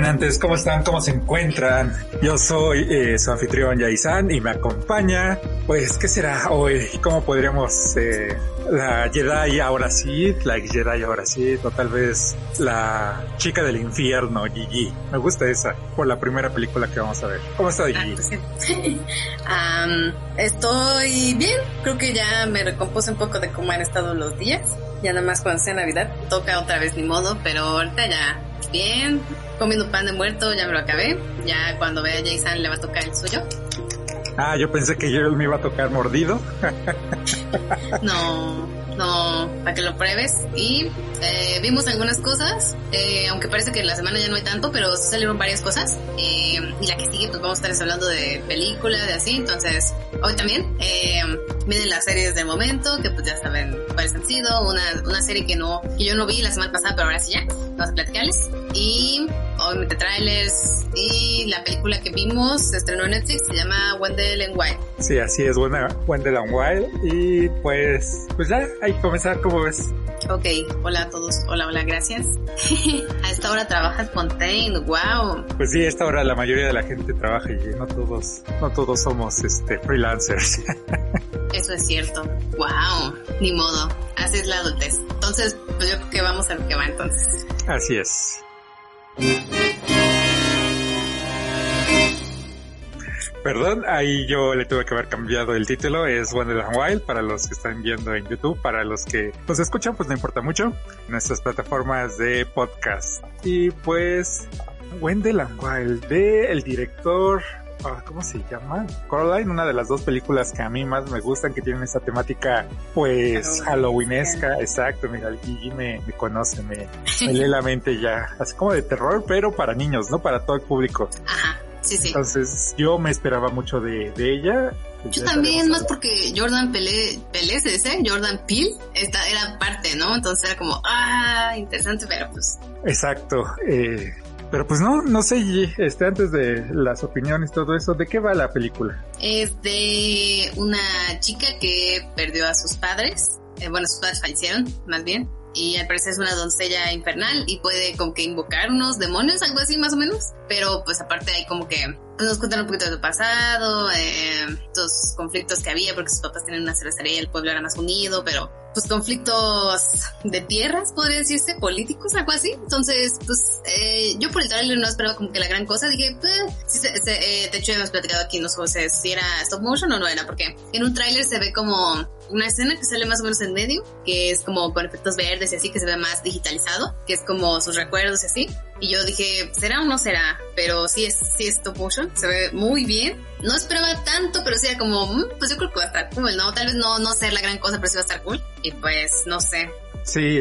Cineamantes, ¿cómo están? ¿Cómo se encuentran? Yo soy su anfitrión Yaisan y me acompaña, pues, ¿qué será hoy? ¿Cómo podríamos, la Jedi ahora sí, la ex Jedi ahora sí, o tal vez la chica del infierno, Gigi? Me gusta esa, por la primera película que vamos a ver. ¿Cómo está Gigi? Pues sí. Estoy bien, creo que ya me recompuse un poco de cómo han estado los días. Ya nada más cuando sea Navidad toca otra vez ni modo, pero ahorita ya bien, comiendo pan de muerto, ya me lo acabé. Ya cuando vea a Jason le va a tocar el suyo. Ah, yo pensé que yo me iba a tocar mordido. No, para que lo pruebes. Y vimos algunas cosas, aunque parece que en la semana ya no hay tanto, pero salieron varias cosas. Y la que sigue, pues vamos a estar hablando de películas, de así. Entonces, hoy también vienen las series del momento, que pues ya saben cuáles han sido. Una serie que yo no vi la semana pasada, pero ahora sí ya. Vamos a platicarles. Y obviamente trailers. Y la película que vimos se estrenó en Netflix, se llama Wendell and Wild. Sí, así es, Wendell and Wild. Y pues ya, hay que comenzar, ¿cómo ves? Ok, hola a todos, hola, gracias. A esta hora trabajas con Tain, wow. Pues sí, a esta hora la mayoría de la gente trabaja y no todos somos freelancers. Eso es cierto, wow, ni modo, así es la adultez. Entonces, pues yo creo que vamos a lo que va entonces. Así es. Perdón, ahí yo le tuve que haber cambiado el título, es Wendell and Wild para los que están viendo en YouTube, para los que nos escuchan pues no importa mucho, en nuestras plataformas de podcast. Y pues Wendell and Wild de el director, ¿cómo se llama? Coraline, una de las dos películas que a mí más me gustan, que tienen esa temática pues halloweenesca, exacto, mira, Gigi me conoce, me lee la mente ya, así como de terror, pero para niños, no para todo el público. Ajá. Sí. Entonces yo me esperaba mucho de ella. Yo también, más porque Jordan Peele, se dice, Jordan Peele, era parte, ¿no? Entonces era como, interesante, pero pues... Exacto, pero pues no sé, Gigi, antes de las opiniones y todo eso, ¿de qué va la película? Es de una chica que perdió a sus padres, sus padres fallecieron, más bien. Y al parecer es una doncella infernal y puede como que invocar unos demonios, algo así más o menos. Pero pues aparte hay como que pues nos cuentan un poquito de su pasado, los conflictos que había porque sus papás tienen una cervecería y el pueblo era más unido, pero pues conflictos de tierras, podría decirse, políticos, algo así. Entonces, pues yo por el trailer no esperaba como que la gran cosa, dije, de hecho ya hemos platicado aquí, no sé si era stop motion o no era, porque en un trailer se ve como una escena que sale más o menos en medio, que es como con efectos verdes y así, que se ve más digitalizado, que es como sus recuerdos y así. Y yo dije, ¿será o no será? Pero sí es stop motion, se ve muy bien. No esperaba tanto, pero sí era como, pues yo creo que va a estar cool, ¿no? Tal vez no ser la gran cosa, pero sí va a estar cool. Y pues, no sé. Sí,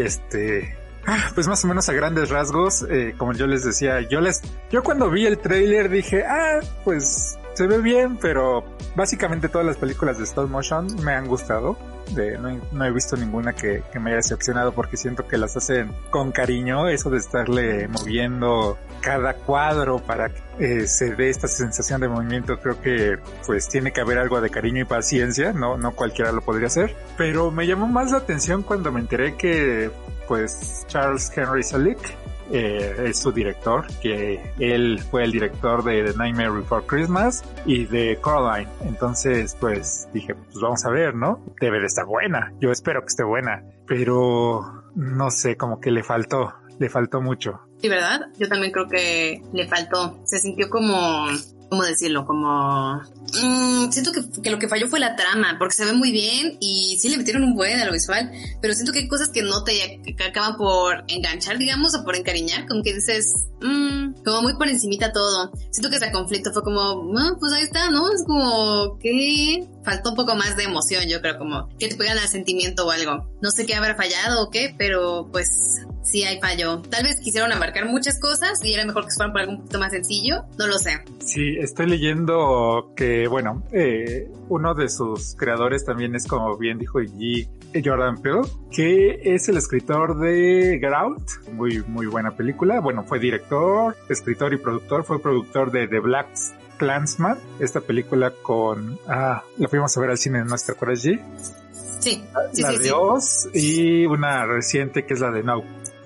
pues más o menos a grandes rasgos, como yo les decía, yo cuando vi el tráiler dije, pues se ve bien, pero básicamente todas las películas de stop motion me han gustado. No he visto ninguna que me haya decepcionado porque siento que las hacen con cariño, eso de estarle moviendo cada cuadro para que se dé esta sensación de movimiento. Creo que pues tiene que haber algo de cariño y paciencia, no cualquiera lo podría hacer, pero me llamó más la atención cuando me enteré que pues Charles Henry Selick es su director, que él fue el director de The Nightmare Before Christmas y de Coraline. Entonces pues dije, pues vamos a ver, ¿no? Debe de estar buena, yo espero que esté buena, pero no sé, como que le faltó mucho. Sí, ¿verdad? Yo también creo que le faltó, se sintió como... ¿Cómo decirlo? Como... siento que lo que falló fue la trama, porque se ve muy bien y sí le metieron un buen a lo visual, pero siento que hay cosas que no que acaban por enganchar, digamos, o por encariñar, como que dices, como muy por encimita todo. Siento que ese conflicto fue como, pues ahí está, ¿no? Es como que faltó un poco más de emoción, yo creo, como que te pegan al sentimiento o algo. No sé qué habrá fallado o qué, pero pues... sí hay fallo. Tal vez quisieron abarcar muchas cosas y era mejor que fueran por algo un poquito más sencillo. No lo sé. Sí, estoy leyendo que, bueno, uno de sus creadores también es, como bien dijo Jordan Peele, que es el escritor de Get Out. Muy, muy buena película. Bueno, fue director, escritor y productor. Fue productor de The Black Klansman. Esta película con... la fuimos a ver al cine, ¿no te acuerdas, G? Sí. La de Oz y una reciente que es la de No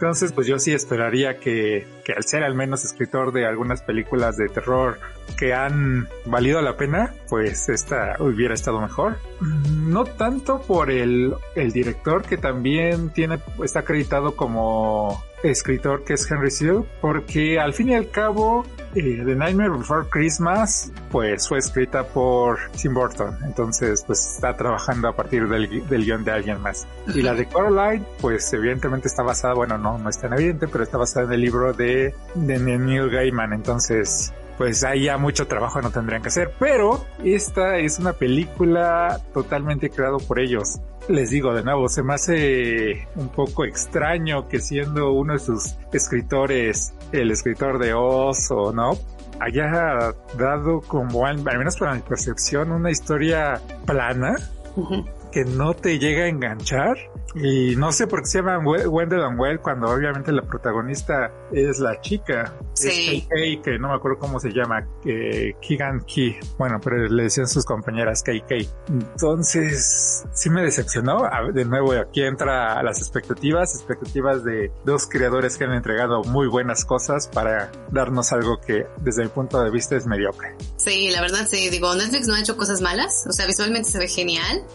Entonces, pues yo sí esperaría que al ser al menos escritor de algunas películas de terror que han valido la pena, pues esta hubiera estado mejor. No tanto por el director, que también está acreditado como escritor, que es Henry Selick, porque al fin y al cabo The Nightmare Before Christmas pues fue escrita por Tim Burton, entonces pues está trabajando a partir del guión de alguien más. Y la de Coraline pues evidentemente está basada, bueno, no es tan evidente, pero está basada en el libro de Neil Gaiman, entonces pues ahí ya mucho trabajo no tendrían que hacer, pero esta es una película totalmente creada por ellos. Les digo de nuevo, se me hace un poco extraño que siendo uno de sus escritores, el escritor de Oz o no, haya dado como, al menos para mi percepción, una historia plana, que no te llega a enganchar. Y no sé por qué se llama Wendell and Wild cuando obviamente la protagonista es la chica. Sí. Es KK, que no me acuerdo cómo se llama, Keegan Key. Bueno, pero le decían sus compañeras KK. Entonces, sí me decepcionó. De nuevo, aquí entra las expectativas de dos creadores que han entregado muy buenas cosas para darnos algo que desde mi punto de vista es mediocre. Sí, la verdad sí, digo, Netflix no ha hecho cosas malas, o sea, visualmente se ve genial,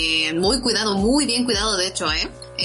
muy bien cuidado de hecho,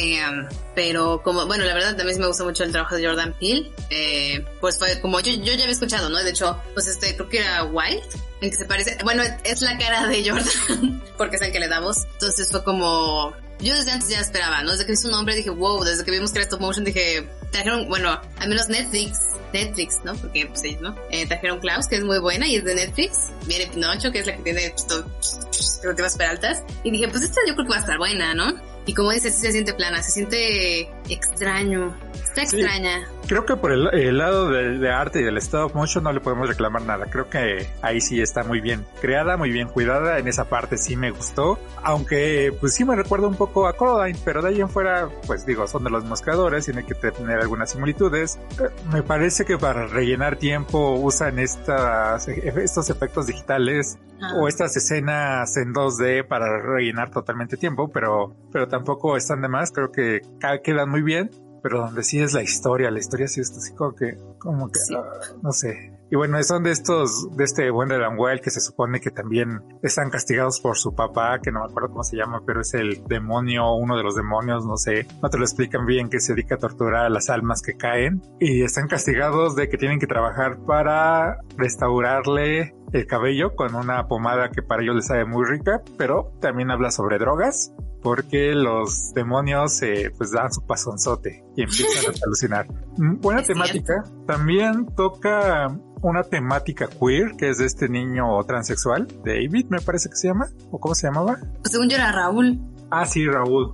pero como, bueno, la verdad también me gusta mucho el trabajo de Jordan Peele, pues fue como yo ya había escuchado, ¿no? De hecho, pues creo que era Wild, en que se parece, bueno, es la cara de Jordan, porque es el que le da voz, entonces fue como, yo desde antes ya esperaba, ¿no? Desde que vi su nombre dije, wow, desde que vimos que era stop motion dije, trajeron, bueno, al menos Netflix, ¿no? Porque pues ellos, ¿no? Trajeron Klaus, que es muy buena y es de Netflix. Viene Pinocho, que es la que tiene expectativas súper altas. Y dije, pues esta yo creo que va a estar buena, ¿no? Y como dices, sí se siente plana, se siente extraño. Está extraña. Sí, creo que por el lado de arte y del stop motion no le podemos reclamar nada. Creo que ahí sí está muy bien creada, muy bien cuidada. En esa parte sí me gustó. Aunque pues sí me recuerda un poco a Coraline, pero de ahí en fuera, pues digo, son de los mismos creadores, tiene que tener algunas similitudes. Me parece que para rellenar tiempo usan estos efectos digitales o estas escenas en 2D para rellenar totalmente tiempo, pero tampoco están de más. Creo que quedan muy bien. Pero donde sí es la historia sí es así como que sí. No sé. Y bueno, son de este Wendell and Wild, que se supone que también están castigados por su papá, que no me acuerdo cómo se llama, pero es el demonio, uno de los demonios, no sé, no te lo explican bien, que se dedica a torturar a las almas que caen, y están castigados de que tienen que trabajar para restaurarle el cabello con una pomada que para ellos les sabe muy rica, pero también habla sobre drogas, porque los demonios pues dan su pasonzote y empiezan a alucinar. Buena temática. También toca una temática queer, que es de este niño transexual, David, me parece que se llama, o ¿cómo se llamaba? Pues según yo era Raúl. Ah, sí, Raúl.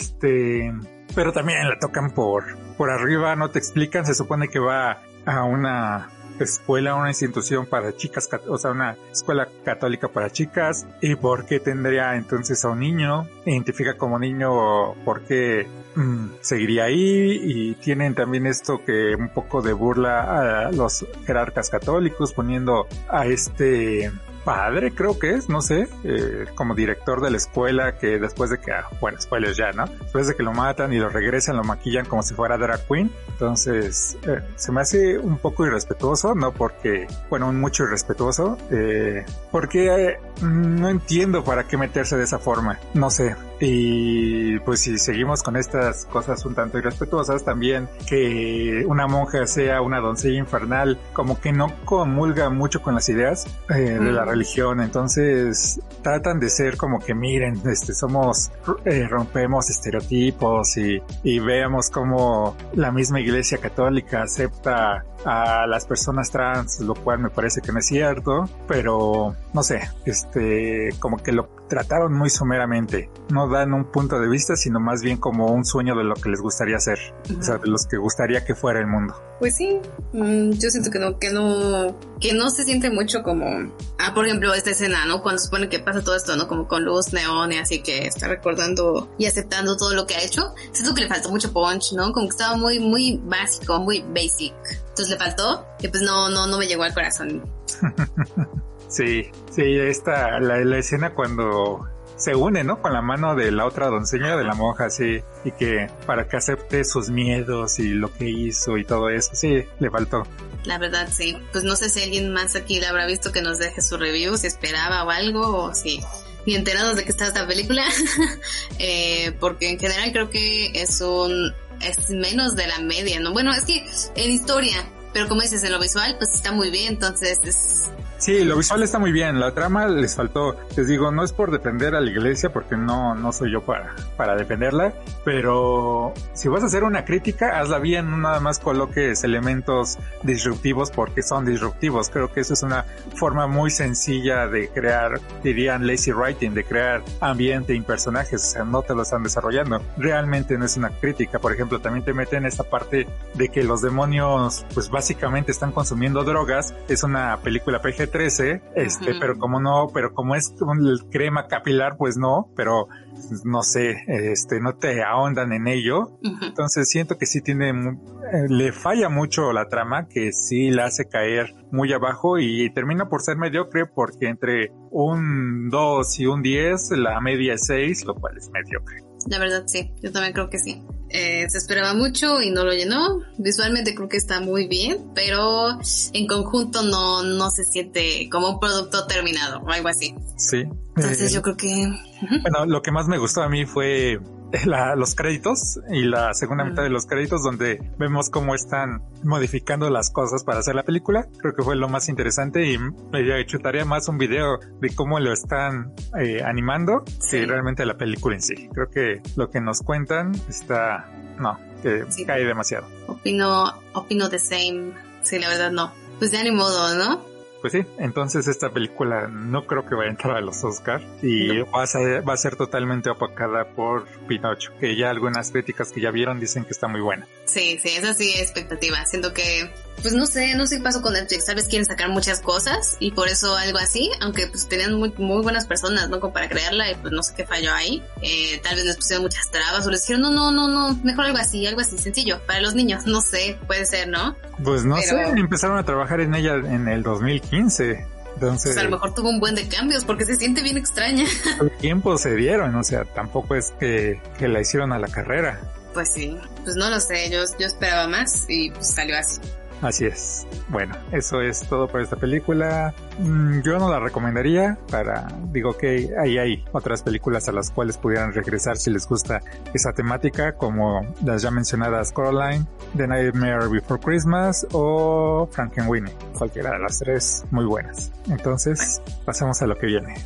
Pero también la tocan por arriba, no te explican, se supone que va a una escuela, una institución para chicas, o sea, una escuela católica para chicas, y por qué tendría entonces a un niño, identifica como niño, por qué seguiría ahí, y tienen también esto que un poco de burla a los jerarcas católicos, poniendo a este padre, creo que es, no sé, como director de la escuela, que después de que, bueno, spoilers ya, ¿no? Después de que lo matan y lo regresan, lo maquillan como si fuera drag queen. Entonces, se me hace un poco irrespetuoso, no porque, bueno, mucho irrespetuoso, porque no entiendo para qué meterse de esa forma, no sé. Y pues si seguimos con estas cosas un tanto irrespetuosas, también que una monja sea una doncella infernal, como que no comulga mucho con las ideas de la religión. Entonces tratan de ser como que miren, rompemos estereotipos y veamos cómo la misma Iglesia Católica acepta a las personas trans, lo cual me parece que no es cierto, pero no sé, como que lo trataron muy someramente, no dan un punto de vista, sino más bien como un sueño de lo que les gustaría hacer, o sea, de los que gustaría que fuera el mundo. Pues sí, yo siento que no se siente mucho como, por ejemplo, esta escena, ¿no? Cuando se supone que pasa todo esto, ¿no? Como con luz, neón y así, que está recordando y aceptando todo lo que ha hecho. Siento que le faltó mucho punch, ¿no? Como que estaba muy, muy básico, muy basic. Entonces le faltó, que pues no me llegó al corazón. Sí, la escena cuando se une, ¿no? Con la mano de la otra doncella, de la monja, sí, y que para que acepte sus miedos y lo que hizo y todo eso, sí, le faltó. La verdad, sí. Pues no sé si alguien más aquí la habrá visto que nos deje su review, si esperaba o algo, o si ni enterados de que está esta película. Porque en general creo que es menos de la media, ¿no? Bueno, es que en historia, pero como dices, en lo visual, pues está muy bien, entonces es... Sí, lo visual está muy bien, la trama les faltó. Les digo, no es por defender a la iglesia, porque no soy yo para defenderla, pero si vas a hacer una crítica, hazla bien, no nada más coloques elementos disruptivos porque son disruptivos. Creo que eso es una forma muy sencilla de crear, dirían lazy writing, de crear ambiente y personajes, o sea, no te lo están desarrollando. Realmente no es una crítica. Por ejemplo, también te meten esta parte de que los demonios, pues básicamente están consumiendo drogas. Es una película PG-13, pero como es el crema capilar, pues no, pero no sé, no te ahondan en ello. Entonces siento que sí le falla mucho la trama, que sí la hace caer muy abajo y termina por ser mediocre, porque entre un 2 y un 10, la media es 6, lo cual es mediocre. La verdad sí, yo también creo que sí. Se esperaba mucho y no lo llenó. Visualmente creo que está muy bien, pero en conjunto no se siente como un producto terminado o algo así. Sí. Entonces yo creo que... Bueno, lo que más me gustó a mí fue los créditos y la segunda mitad de los créditos, donde vemos cómo están modificando las cosas para hacer la película. Creo que fue lo más interesante y me chutaría más un video de cómo lo están animando que realmente la película en sí. Creo que lo que nos cuentan cae demasiado. Opino the same. Sí, la verdad no. Pues ya ni modo, ¿no? Pues sí, entonces esta película no creo que vaya a entrar a los Oscar y va a ser totalmente opacada por Pinocho, que ya algunas críticas que ya vieron dicen que está muy buena. Sí, esa sí es expectativa. Siento que, pues no sé qué pasó con Netflix. Tal vez quieren sacar muchas cosas y por eso algo así, aunque pues tenían muy, muy buenas personas, ¿no? Como para crearla y pues no sé qué falló ahí. Tal vez les pusieron muchas trabas o les dijeron, no, mejor algo así sencillo, para los niños, no sé, puede ser, ¿no? Pues no sé, empezaron a trabajar en ella en el 2015. Entonces, pues a lo mejor tuvo un buen de cambios porque se siente bien extraña. El tiempo se dieron, o sea, tampoco es que la hicieron a la carrera. Pues sí, pues no lo sé, yo esperaba más y pues salió así. Así es. Bueno, eso es todo por esta película. Yo no la recomendaría digo que hay otras películas a las cuales pudieran regresar si les gusta esa temática, como las ya mencionadas Coraline, The Nightmare Before Christmas o Frankenweenie. Cualquiera de las tres muy buenas. Entonces, pasemos a lo que viene.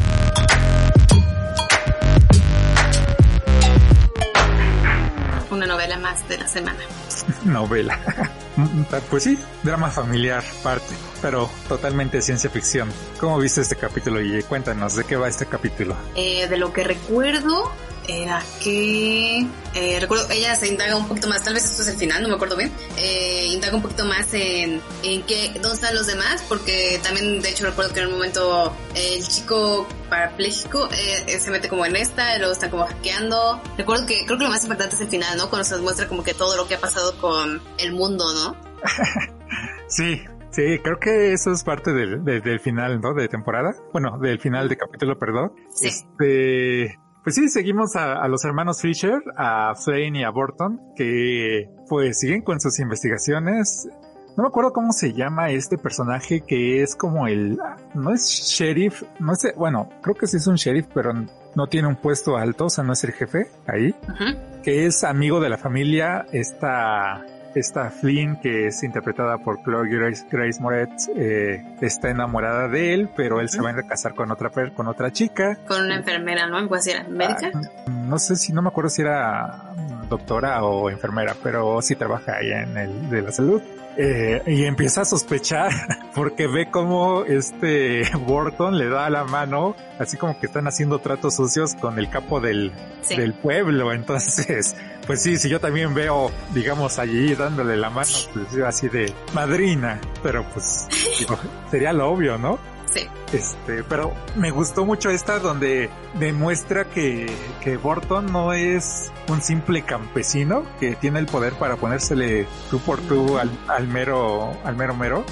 Una novela más de la semana. Novela. Pues sí, drama familiar, pero totalmente ciencia ficción. ¿Cómo viste este capítulo, y cuéntanos de qué va este capítulo? De lo que recuerdo era que recuerdo ella se indaga un poquito más, tal vez esto es el final, no me acuerdo bien, indaga un poquito más en dónde están los demás, porque también de hecho recuerdo que en un momento el chico parapléjico se mete como en lo están como hackeando. Recuerdo que creo que lo más importante es el final, ¿no? Cuando se nos muestra como que todo lo que ha pasado con el mundo, ¿no? Sí, creo que eso es parte del final, ¿no? De temporada. Bueno, del final de capítulo, perdón. Sí. Pues sí, seguimos a los hermanos Fisher, a Flane y a Burton, que pues siguen con sus investigaciones. No me acuerdo cómo se llama este personaje que es como no es sheriff, no sé, bueno, creo que sí es un sheriff, pero no tiene un puesto alto, o sea, no es el jefe ahí, que es amigo de la familia, esta Flynn, que es interpretada por Chloe Grace Moretz, está enamorada de él, pero él se va a casar con otra chica. Con una enfermera, ¿no? Algo así, ¿era médica? No me acuerdo si era doctora o enfermera, pero sí trabaja ahí en el de la salud. Y empieza a sospechar porque ve como Burton le da la mano, así como que están haciendo tratos sucios con el capo del pueblo. Entonces, pues sí, si yo también veo, digamos, allí dándole la mano, pues así de madrina, pero pues digo, sería lo obvio, ¿no? Sí. Pero me gustó mucho donde demuestra que Burton no es un simple campesino que tiene el poder para ponérsele tú por tú al mero,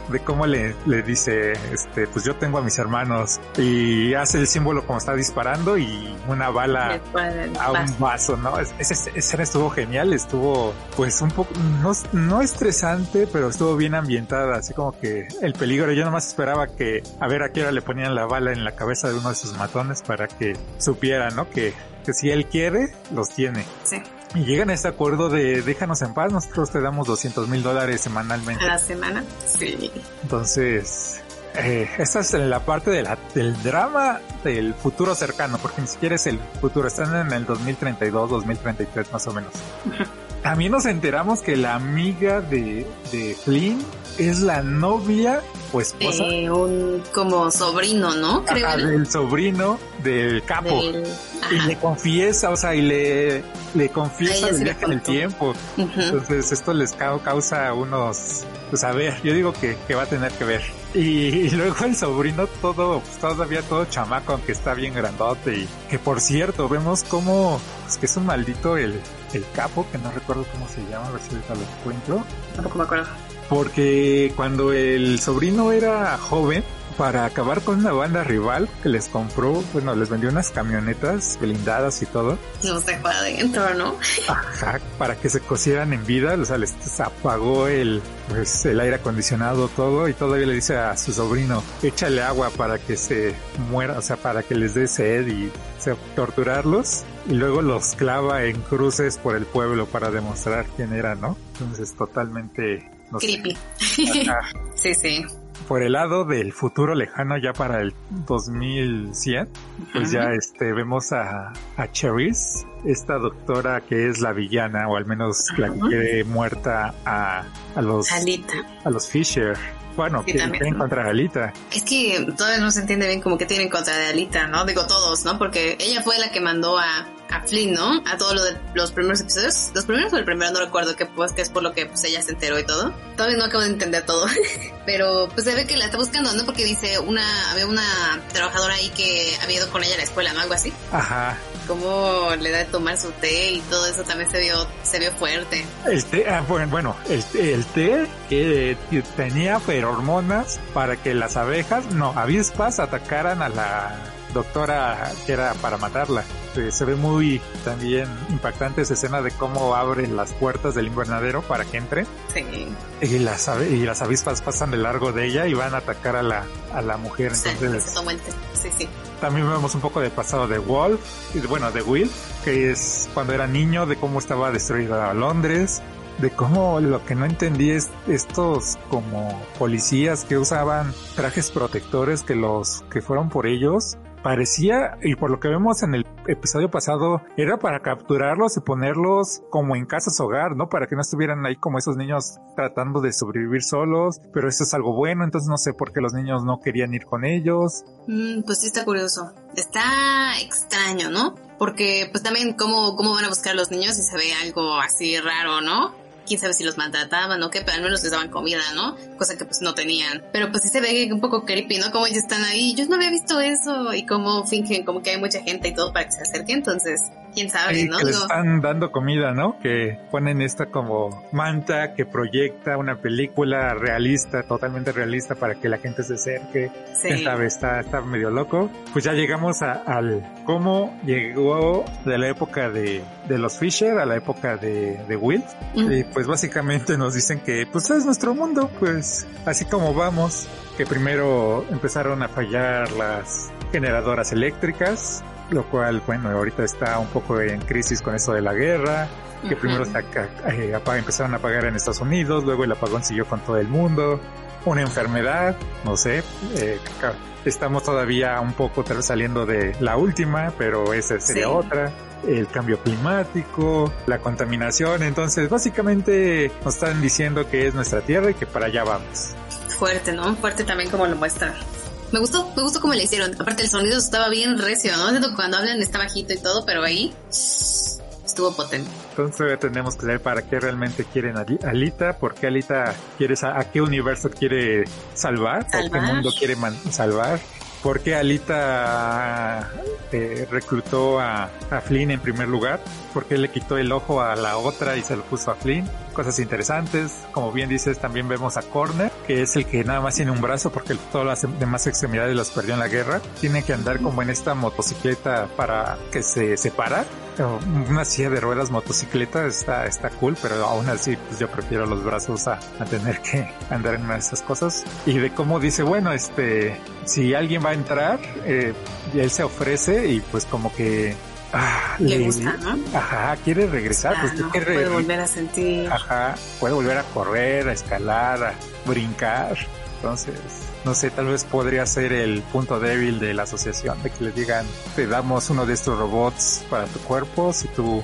de cómo le dice, pues yo tengo a mis hermanos, y hace el símbolo como está disparando y una bala a un vaso, ¿no? Esa escena estuvo genial, estuvo pues un poco, no estresante, pero estuvo bien ambientada, así como que el peligro. Yo nomás esperaba que a ver a qué hora le ponían la bala en la cabeza de uno de sus matones para que supiera, ¿no? Que si él quiere, los tiene. Sí. Y llegan a este acuerdo de déjanos en paz, nosotros te damos $200,000 semanalmente. ¿A la semana? Sí. Entonces, esta es la parte del drama del futuro cercano, porque ni siquiera es el futuro, están en el 2032, 2033 más o menos. También nos enteramos que la amiga de Flynn es la novia o esposa. Un como sobrino, ¿no? Creo. Del sobrino del capo. Y le confiesa, o sea, y le confiesa el viaje en el tiempo. Entonces esto les causa unos, pues a ver, yo digo que va a tener que ver. Y luego el sobrino todavía todo chamaco, aunque está bien grandote. Y que por cierto, vemos como pues, que es un maldito el capo, que no recuerdo cómo se llama, a ver si ahorita lo encuentro. Tampoco me acuerdo. Porque cuando el sobrino era joven, para acabar con una banda rival que les compró, bueno, les vendió unas camionetas blindadas y todo. Los dejó adentro, ¿no? Ajá, para que se cocieran en vida, o sea, les apagó el aire acondicionado, todo, y todavía le dice a su sobrino, échale agua para que se muera, o sea, para que les dé sed y torturarlos, y luego los clava en cruces por el pueblo para demostrar quién era, ¿no? Entonces, totalmente... No creepy. Sí, sí. Por el lado del futuro lejano, ya para el 2100, pues ya vemos a Cherise, esta doctora que es la villana, o al menos la que quiere muerta a los Fisher. Bueno, sí, que tienen contra Alita. Es que todavía no se entiende bien como que tienen contra de Alita, ¿no? Digo todos, ¿no? Porque ella fue la que mandó a Flynn, ¿no? A todo lo de los primeros episodios. ¿Los primeros o el primero? No recuerdo, que es por lo que pues ella se enteró y todo. Todavía no acabo de entender todo. Pero pues se ve que la está buscando, ¿no? Porque dice había una trabajadora ahí que había ido con ella a la escuela, ¿no? Algo así. Ajá. Cómo le da de tomar su té y todo eso también se vio fuerte. El té, el té que tenía feromonas para que las avispas atacaran a la doctora que era para matarla. Se ve muy también impactante esa escena de cómo abren las puertas del invernadero para que entre. Sí. Y las avispas pasan de largo de ella y van a atacar a la mujer. Entonces, sí. También vemos un poco del pasado de Wolf, de Will, que es cuando era niño, de cómo estaba destruida Londres, de cómo lo que no entendí es estos como policías que usaban trajes protectores que fueron por ellos. Parecía, y por lo que vemos en el episodio pasado, era para capturarlos y ponerlos como en casas hogar, ¿no? Para que no estuvieran ahí como esos niños tratando de sobrevivir solos, pero eso es algo bueno, entonces no sé por qué los niños no querían ir con ellos. Pues sí está curioso. Está extraño, ¿no? Porque pues también cómo van a buscar a los niños si se ve algo así raro, ¿no? Quién sabe si los maltrataban o qué, pero al menos les daban comida, ¿no? Cosa que pues no tenían. Pero pues sí se ve un poco creepy, ¿no? Como ellos están ahí, yo no había visto eso, y cómo fingen como que hay mucha gente y todo para que se acerque, entonces quién sabe, ¿no? Que les están dando comida, ¿no? Que ponen esta como manta que proyecta una película realista, totalmente realista, para que la gente se acerque. Sí. Quién sabe, está medio loco. Pues ya llegamos al cómo llegó de la época de los Fisher a la época de Will. Y pues básicamente nos dicen que pues es nuestro mundo, pues así como vamos, que primero empezaron a fallar las generadoras eléctricas, lo cual, bueno, ahorita está un poco en crisis con eso de la guerra, que primero empezaron a apagar en Estados Unidos, luego el apagón siguió con todo el mundo, una enfermedad, no sé, estamos todavía un poco saliendo de la última, pero esa sería otra. El cambio climático, la contaminación, entonces básicamente nos están diciendo que es nuestra tierra y que para allá vamos. Fuerte, ¿no? Fuerte también como lo muestra. Me gustó cómo le hicieron. Aparte el sonido estaba bien recio, ¿no? Siento que cuando hablan está bajito y todo, pero ahí estuvo potente. Entonces tenemos que saber para qué realmente quieren Alita, por qué Alita a qué universo quiere salvar, o qué mundo quiere salvar. ¿Por qué Alita reclutó a Flynn en primer lugar? ¿Por qué le quitó el ojo a la otra y se lo puso a Flynn? cosas interesantes. Como bien dices, también vemos a Corner, que es el que nada más tiene un brazo porque todas las demás extremidades las perdió en la guerra. Tiene que andar como en esta motocicleta para que se separa. Una silla de ruedas motocicleta está cool, pero aún así pues yo prefiero los brazos a tener que andar en una de esas cosas. Y de cómo dice, bueno, si alguien va a entrar, él se ofrece y pues como que le gusta, ¿no? Ajá, quiere regresar, pues no, puede volver a sentir. Ajá, puede volver a correr, a escalar, a brincar. Entonces, no sé, tal vez podría ser el punto débil de la asociación, de que le digan, te damos uno de estos robots para tu cuerpo si tú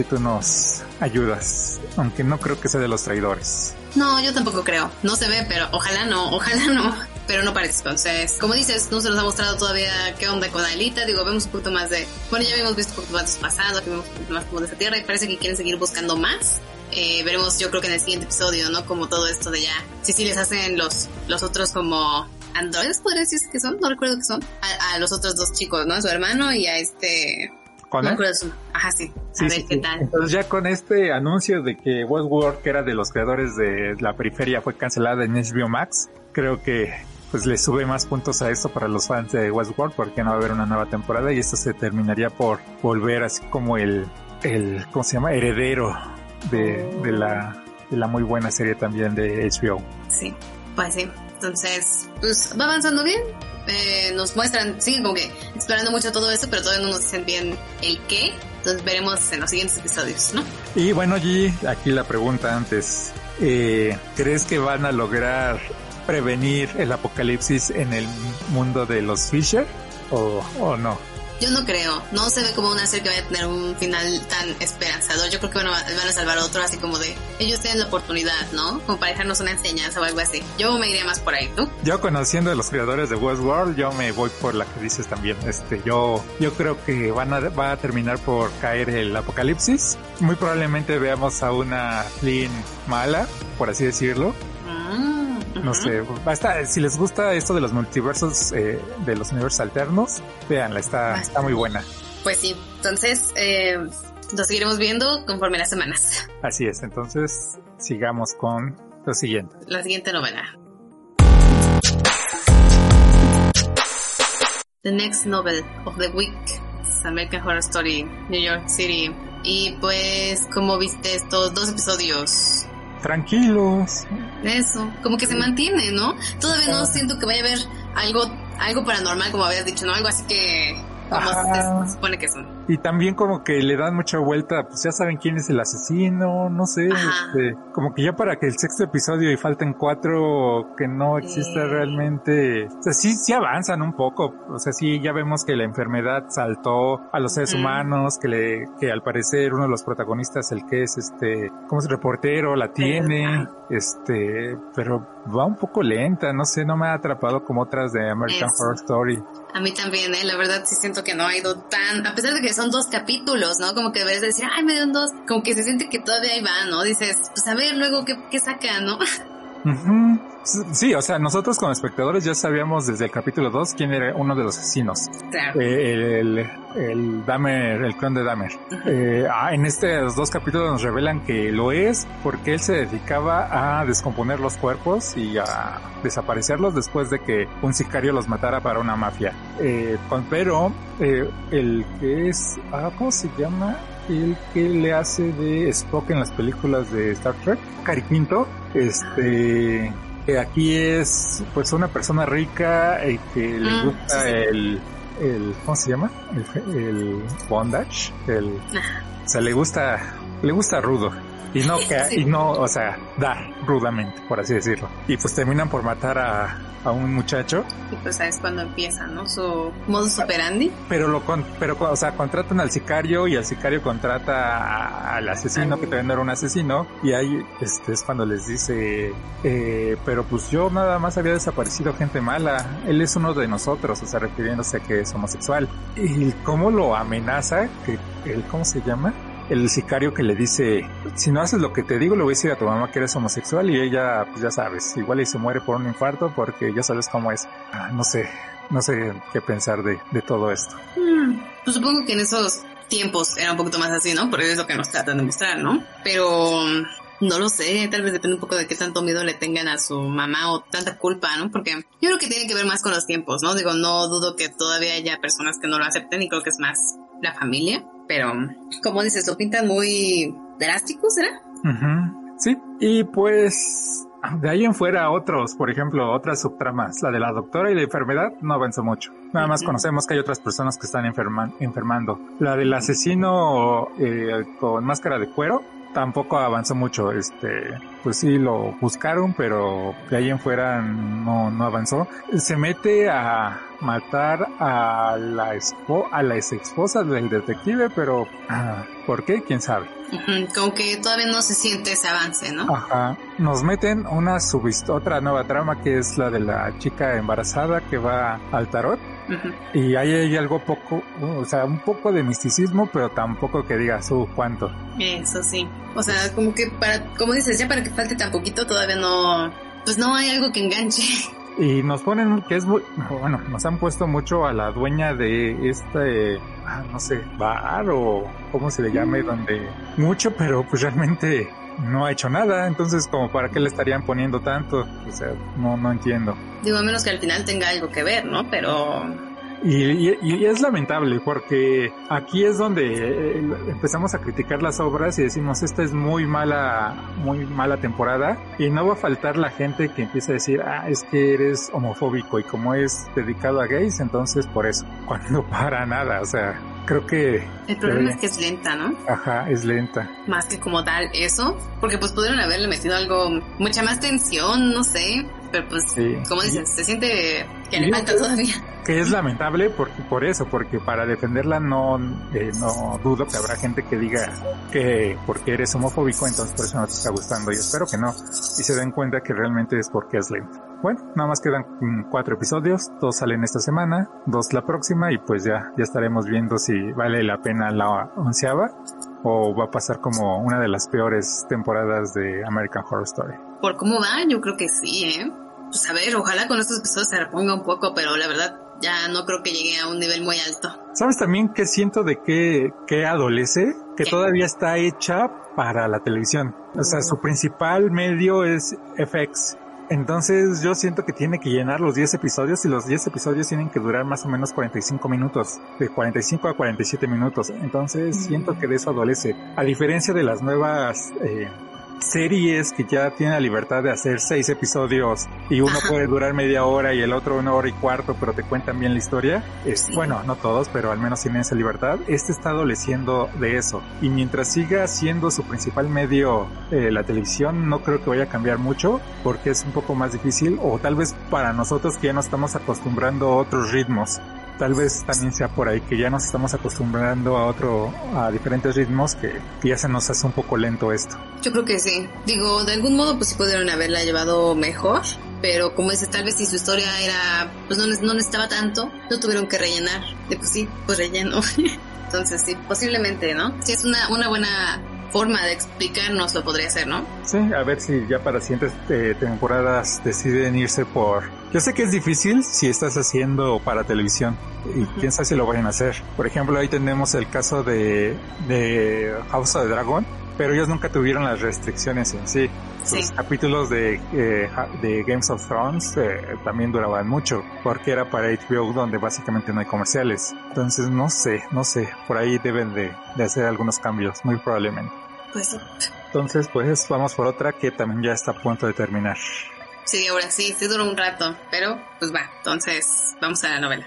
nos ayudas. Aunque no creo que sea de los traidores. No, yo tampoco creo. No se ve, pero ojalá no. Pero no parece. Entonces, como dices, no se nos ha mostrado todavía qué onda con Aelita. Digo, vemos un poquito más de... Bueno, ya habíamos visto un poquito más de su pasado, que vemos un poquito más como de esa tierra y parece que quieren seguir buscando más. Veremos, yo creo que en el siguiente episodio, ¿no? Como todo esto de ya... Sí, les hacen los otros como... androides, podría decirse que son. No recuerdo qué son. A los otros dos chicos, ¿no? A su hermano y a ¿Con él? Ajá, sí. A ver qué tal. Entonces ya con este anuncio de que Westworld, que era de los creadores de La Periferia, fue cancelada en HBO Max, creo que pues le sube más puntos a esto para los fans de Westworld, porque no va a haber una nueva temporada y esto se terminaría por volver así como el ¿cómo se llama? Heredero de la muy buena serie también de HBO. Sí, pues sí. Entonces, pues va avanzando bien. Nos muestran, siguen como que explorando mucho todo eso, pero todavía no nos dicen bien el qué. Entonces veremos en los siguientes episodios, ¿no? Y bueno, G, aquí la pregunta antes. ¿Crees que van a lograr prevenir el apocalipsis en el mundo de los Fisher o no? Yo no creo, no se ve como una serie que vaya a tener un final tan esperanzador. Yo creo que van a salvar otro, así como de ellos tienen la oportunidad, ¿no? Como para dejarnos una enseñanza o algo así. Yo me iría más por ahí, ¿tú? Yo, conociendo a los creadores de Westworld, yo me voy por la que dices también. Yo creo que va a terminar por caer el apocalipsis. Muy probablemente veamos a una Flynn mala, por así decirlo. No sé, basta, si les gusta esto de los multiversos, de los universos alternos, véanla, está muy buena. Pues sí, entonces lo seguiremos viendo conforme las semanas. Así es, entonces sigamos con lo siguiente. La siguiente novela. The Next Novel of the Week, American Horror Story, New York City. Y pues, ¿cómo viste estos 2 episodios? Tranquilos. Eso, como que se mantiene, ¿no? Todavía no siento que vaya a haber algo paranormal, como habías dicho, ¿no? Algo así que como se supone que son. Y también como que le dan mucha vuelta, pues ya saben quién es el asesino, no sé, como que ya para que el 6º episodio y falten 4 que no exista realmente, o sea, sí avanzan un poco, o sea, sí ya vemos que la enfermedad saltó a los seres humanos, que al parecer uno de los protagonistas, el que es como es reportero, la tiene, pero va un poco lenta, no sé, no me ha atrapado como otras de American Horror Story. A mí también, la verdad sí siento que no ha ido tan, a pesar de que son 2 capítulos, ¿no? Como que debes decir, ay, me dieron 2, como que se siente que todavía ahí va, ¿no? Dices, pues a ver luego qué saca, ¿no? Sí, o sea, nosotros como espectadores ya sabíamos desde el capítulo 2 quién era uno de los asesinos. Claro. El Dahmer, el clon de Dahmer. En estos 2 capítulos nos revelan que lo es porque él se dedicaba a descomponer los cuerpos y a desaparecerlos después de que un sicario los matara para una mafia. Pero el que es, ¿cómo se llama? El que le hace de Spock en las películas de Star Trek, Cary Quinto, aquí es pues una persona rica que le gusta el ¿cómo se llama? El bondage, o sea, le gusta rudo. Y no, y no, o sea, da rudamente, por así decirlo. Y pues terminan por matar a un muchacho. Y pues es cuando empieza, ¿no? Su modus operandi. Pero o sea, contratan al sicario y el sicario contrata al asesino, que también era un asesino. Y ahí es cuando les dice, pero pues yo nada más había desaparecido gente mala. Él es uno de nosotros, o sea, refiriéndose a que es homosexual. Y cómo lo amenaza, ¿cómo se llama? El sicario que le dice, si no haces lo que te digo, le voy a decir a tu mamá que eres homosexual, y ella, pues ya sabes, igual y se muere por un infarto porque ya sabes cómo es. No sé qué pensar de todo esto. Pues supongo que en esos tiempos era un poquito más así, ¿no? Porque es lo que nos tratan de mostrar, ¿no? Pero No lo sé, tal vez depende un poco de qué tanto miedo le tengan a su mamá o tanta culpa, ¿no? Porque yo creo que tiene que ver más con los tiempos, ¿no? Digo, no dudo que todavía haya personas que no lo acepten y creo que es más la familia, pero como dices, lo pintan muy drástico, ¿será? Uh-huh. Sí, y pues de ahí en fuera otros, por ejemplo, otras subtramas, la de la doctora y la enfermedad no avanzó mucho. Nada más conocemos que hay otras personas que están enfermando. La del asesino con máscara de cuero tampoco avanzó mucho. Pues sí lo buscaron, pero de ahí en fuera no avanzó. Se mete a matar a la ex esposa del detective, pero ¿por qué? ¿Quién sabe? Como que todavía no se siente ese avance, ¿no? Ajá. Nos meten otra nueva trama que es la de la chica embarazada que va al tarot. Uh-huh. Y ahí hay algo poco, o sea, un poco de misticismo, pero tampoco que digas, cuánto. Eso sí. O sea, como que como dices, ya para que falte tan poquito todavía pues no hay algo que enganche. Y nos ponen que es nos han puesto mucho a la dueña de no sé, bar o cómo se le llame, donde mucho, pero pues realmente no ha hecho nada, entonces como para qué le estarían poniendo tanto, o sea, no entiendo. Digo, a menos que al final tenga algo que ver, ¿no? Pero... Y es lamentable porque aquí es donde empezamos a criticar las obras y decimos esta es muy mala temporada, y no va a faltar la gente que empieza a decir es que eres homofóbico y como es dedicado a gays, entonces por eso, cuando para nada, o sea, creo que... El problema es que es lenta, ¿no? Ajá, es lenta. Más que como tal eso, porque pues pudieron haberle metido algo, mucha más tensión, no sé, pero pues, sí. Como dices, se siente que le falta todavía. Que es lamentable porque para defenderla no dudo que habrá gente que diga que porque eres homofóbico entonces por eso no te está gustando, y espero que no, y se den cuenta que realmente es porque es lento. Bueno, nada más quedan 4 episodios, 2 salen esta semana, 2 la próxima, y pues ya estaremos viendo si vale la pena la 11ª o va a pasar como una de las peores temporadas de American Horror Story. Por cómo va, yo creo que sí, Pues a ver, ojalá con estos episodios se reponga un poco, pero la verdad ya no creo que llegue a un nivel muy alto. ¿Sabes también qué siento de qué adolece? Que todavía está hecha para la televisión. O sea, su principal medio es FX. Entonces yo siento que tiene que llenar los 10 episodios y los 10 episodios tienen que durar más o menos 45 minutos, de 45 a 47 minutos. Entonces siento que de eso adolece. A diferencia de las nuevas series que ya tienen la libertad de hacer 6 episodios y uno puede durar media hora y el otro 1 hora y cuarto, pero te cuentan bien la historia. Bueno, no todos, pero al menos tienen esa libertad. Está adoleciendo de eso. Y mientras siga siendo su principal medio la televisión, no creo que vaya a cambiar mucho porque es un poco más difícil, o tal vez para nosotros que ya nos estamos acostumbrando a otros ritmos. Tal vez también sea por ahí que ya nos estamos acostumbrando a diferentes ritmos que ya se nos hace un poco lento esto. Yo creo que sí. Digo, de algún modo pues sí pudieron haberla llevado mejor, pero como dices, tal vez si su historia era, pues no necesitaba tanto, no tuvieron que rellenar. De pues sí, pues relleno. Entonces sí, posiblemente, ¿no? Si es una buena forma de explicarnos lo podría ser, ¿no? Sí, a ver si ya para siguientes temporadas deciden irse por... Yo sé que es difícil si estás haciendo para televisión y quién sabe si lo vayan a hacer. Por ejemplo, ahí tenemos el caso de House of the Dragon, pero ellos nunca tuvieron las restricciones en sí. Los capítulos de Games of Thrones también duraban mucho porque era para HBO, donde básicamente no hay comerciales. Entonces no sé, por ahí deben de hacer algunos cambios, muy probablemente. Pues sí. Entonces pues vamos por otra que también ya está a punto de terminar. Sí, ahora sí duró un rato, pero pues va, entonces vamos a la novela.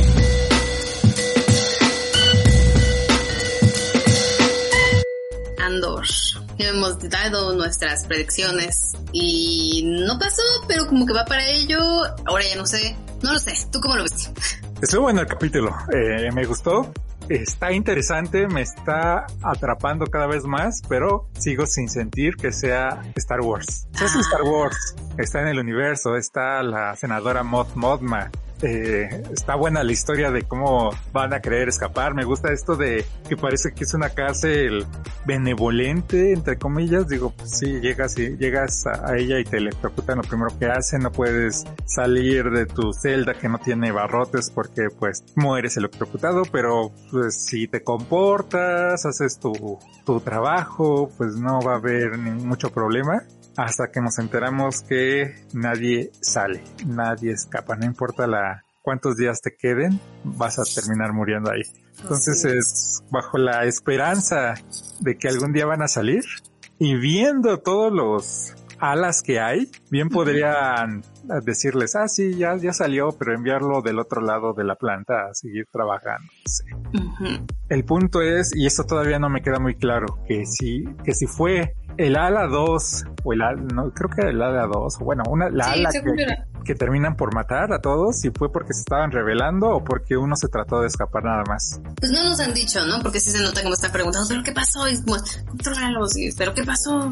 Andor. Ya hemos dado nuestras predicciones y no pasó, pero como que va para ello. Ahora ya no lo sé. ¿Tú cómo lo ves? Estuvo bueno el capítulo, me gustó. Está interesante, me está atrapando cada vez más, pero sigo sin sentir que sea Star Wars. Es Star Wars, está en el universo, está la senadora Moth Mothma, Está buena la historia de cómo van a querer escapar. Me gusta esto de que parece que es una cárcel benevolente, entre comillas. Digo, pues sí, llegas a ella y te electrocutan lo primero que hacen. No puedes salir de tu celda que no tiene barrotes porque pues mueres electrocutado, pero pues si te comportas, haces tu trabajo, pues no va a haber mucho problema. Hasta que nos enteramos que nadie sale, nadie escapa, no importa cuántos días te queden, vas a terminar muriendo ahí. Entonces es bajo la esperanza de que algún día van a salir y viendo todos los alas que hay, bien podrían decirles, sí, ya salió, pero enviarlo del otro lado de la planta a seguir trabajando. Sí. El punto es, y esto todavía no me queda muy claro, que si fue el ala 2 o no, creo que el ala 2, o bueno, la ala que terminan por matar a todos, si fue porque se estaban rebelando o porque uno se trató de escapar nada más. Pues no nos han dicho, ¿no? Porque sí se nota como están preguntando, ¿pero qué pasó? Y como, contrólalos, ¿pero qué pasó?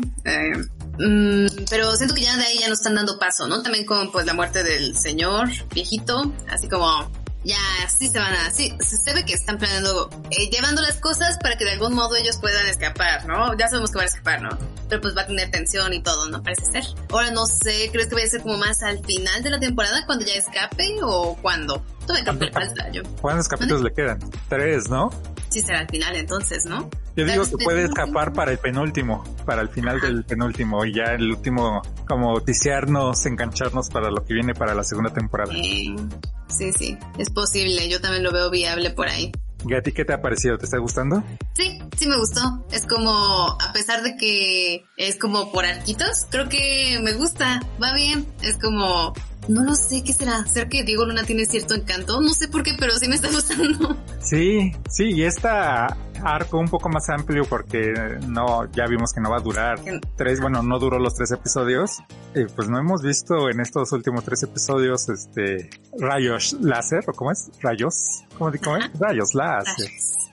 Pero siento que ya de ahí ya nos están dando paso, ¿no? También con pues la muerte del señor viejito, así como ya sí se ve que están planeando, llevando las cosas para que de algún modo ellos puedan escapar, ¿no? Ya sabemos que van a escapar, ¿no? Pero pues va a tener tensión y todo, ¿no? Parece ser. Ahora no sé, ¿crees que vaya a ser como más al final de la temporada cuando ya escape o cuándo? Todavía creo que le falta, yo. ¿Cuántos capítulos le quedan? 3, ¿no? Sí será al final entonces, ¿no? Yo digo que puede escapar para el penúltimo, para el final del penúltimo, y ya el último como tisearnos, engancharnos para lo que viene para la segunda temporada. Sí, es posible, yo también lo veo viable por ahí. ¿Y a ti qué te ha parecido? ¿Te está gustando? Sí me gustó. Es como, a pesar de que es como por arquitos, creo que me gusta, va bien. Es como, no lo sé, ¿qué será? ¿Será que Diego Luna tiene cierto encanto? No sé por qué, pero sí me está gustando. Sí, y esta arco un poco más amplio porque ya vimos que no va a durar no duró los 3 episodios. Pues no hemos visto en estos últimos 3 episodios rayos láser, ¿o cómo es? ¿Rayos? ¿Cómo es? Rayos láser.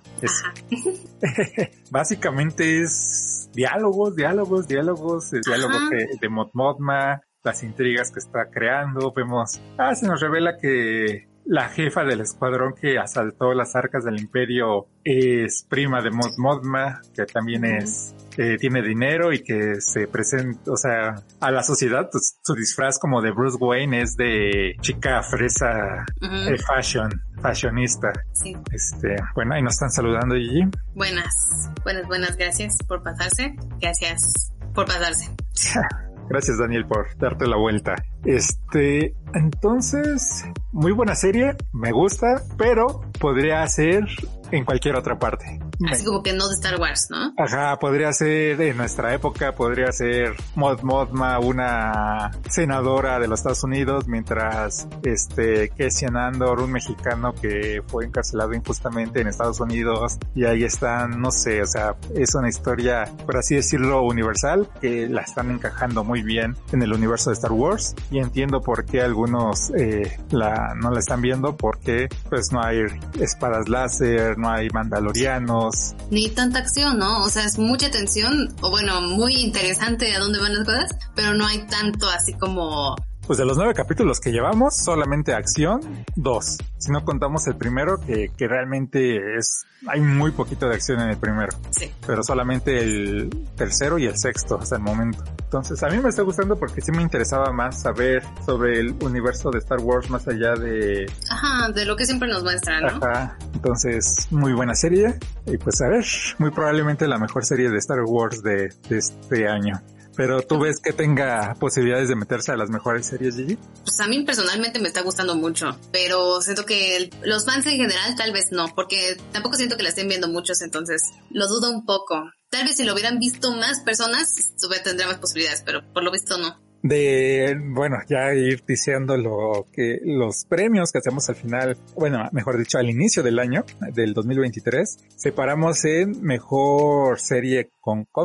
Básicamente es diálogos, el diálogo de Mod Mothma, las intrigas que está creando. Vemos, se nos revela que la jefa del escuadrón que asaltó las arcas del imperio es prima de Mod Mothma, que también tiene dinero y que se presenta, o sea, a la sociedad, pues, su disfraz como de Bruce Wayne es de chica fresa, fashionista. Sí. Bueno, ahí nos están saludando, Gigi. Buenas, gracias por pasarse. Gracias, Daniel, por darte la vuelta. Entonces, muy buena serie, me gusta, pero podría ser en cualquier otra parte. Así como que no de Star Wars, ¿no? Ajá, podría ser en nuestra época, podría ser Mod Mothma, una senadora de los Estados Unidos, mientras Cassian Andor, un mexicano que fue encarcelado injustamente en Estados Unidos, y ahí están, no sé, o sea, es una historia, por así decirlo, universal, que la están encajando muy bien en el universo de Star Wars, y entiendo por qué algunos no la están viendo, porque pues no hay espadas láser, no hay mandalorianos, ni tanta acción, ¿no? O sea, es mucha tensión, o bueno, muy interesante a dónde van las cosas, pero no hay tanto así como... Pues de los 9 capítulos que llevamos, solamente acción, 2. Si no contamos el primero, que realmente hay muy poquito de acción en el primero. Sí. Pero solamente el tercero y el sexto hasta el momento. Entonces, a mí me está gustando porque sí me interesaba más saber sobre el universo de Star Wars más allá de... de lo que siempre nos muestran, ¿no? Entonces, muy buena serie. Y pues a ver, muy probablemente la mejor serie de Star Wars de este año. Pero ¿tú ves que tenga posibilidades de meterse a las mejores series, Gigi? Pues a mí personalmente me está gustando mucho, pero siento que los fans en general tal vez no, porque tampoco siento que la estén viendo muchos, entonces lo dudo un poco. Tal vez si lo hubieran visto más personas, tendría más posibilidades, pero por lo visto no. Ya ir diciendo los premios que hacemos al final, mejor dicho, al inicio del año, del 2023, separamos en mejor serie con cómics,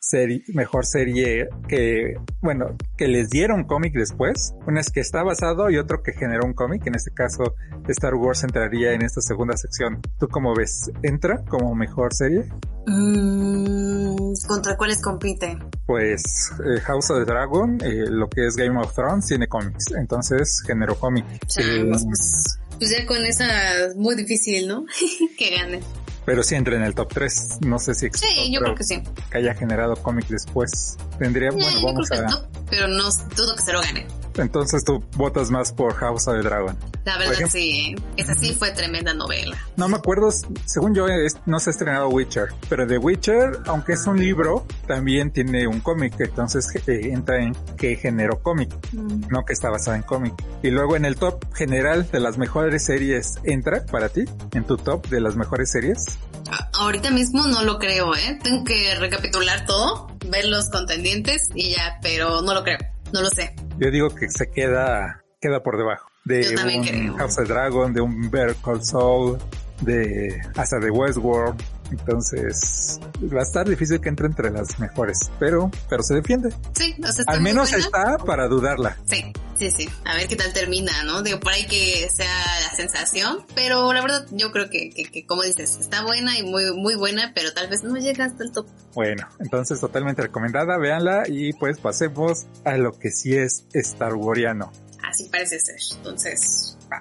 mejor serie que les dieron cómic después. Una es que está basado y otro que generó un cómic. En este caso, Star Wars entraría en esta segunda sección. ¿Tú cómo ves? ¿Entra como mejor serie? ¿Contra cuáles compite? Pues House of the Dragon, lo que es Game of Thrones, tiene cómics. Entonces generó cómic. Pues ya con esa muy difícil, ¿no? Que gane. Pero sí entra en el top 3. No sé si sí, yo creo que sí. Que haya generado cómic después. Tendría, bueno, yo creo que top, pero no dudo que se lo gane. Entonces tú votas más por House of the Dragon. La verdad sí, esa sí fue tremenda novela. No me acuerdo, según yo no se ha estrenado Witcher, pero The Witcher, aunque es un libro, también tiene un cómic, entonces entra en que generó cómic, no que está basada en cómic. Y luego en el top general de las mejores series, ¿entra para ti? ¿En tu top de las mejores series? Ahorita mismo no lo creo, tengo que recapitular todo, ver los contendientes y ya, pero no lo creo, no lo sé. Yo digo que se queda por debajo de un House of the Dragon, de un Better Call Saul, hasta de Westworld. Entonces va a estar difícil que entre las mejores, pero se defiende. Sí, o sea, al menos está para dudarla. Sí. A ver qué tal termina, ¿no? Digo, por ahí que sea la sensación, pero la verdad yo creo que como dices, está buena y muy, muy buena, pero tal vez no llega hasta el top. Bueno, entonces totalmente recomendada, véanla y pues pasemos a lo que sí es Star Wariano. Así parece ser, entonces va.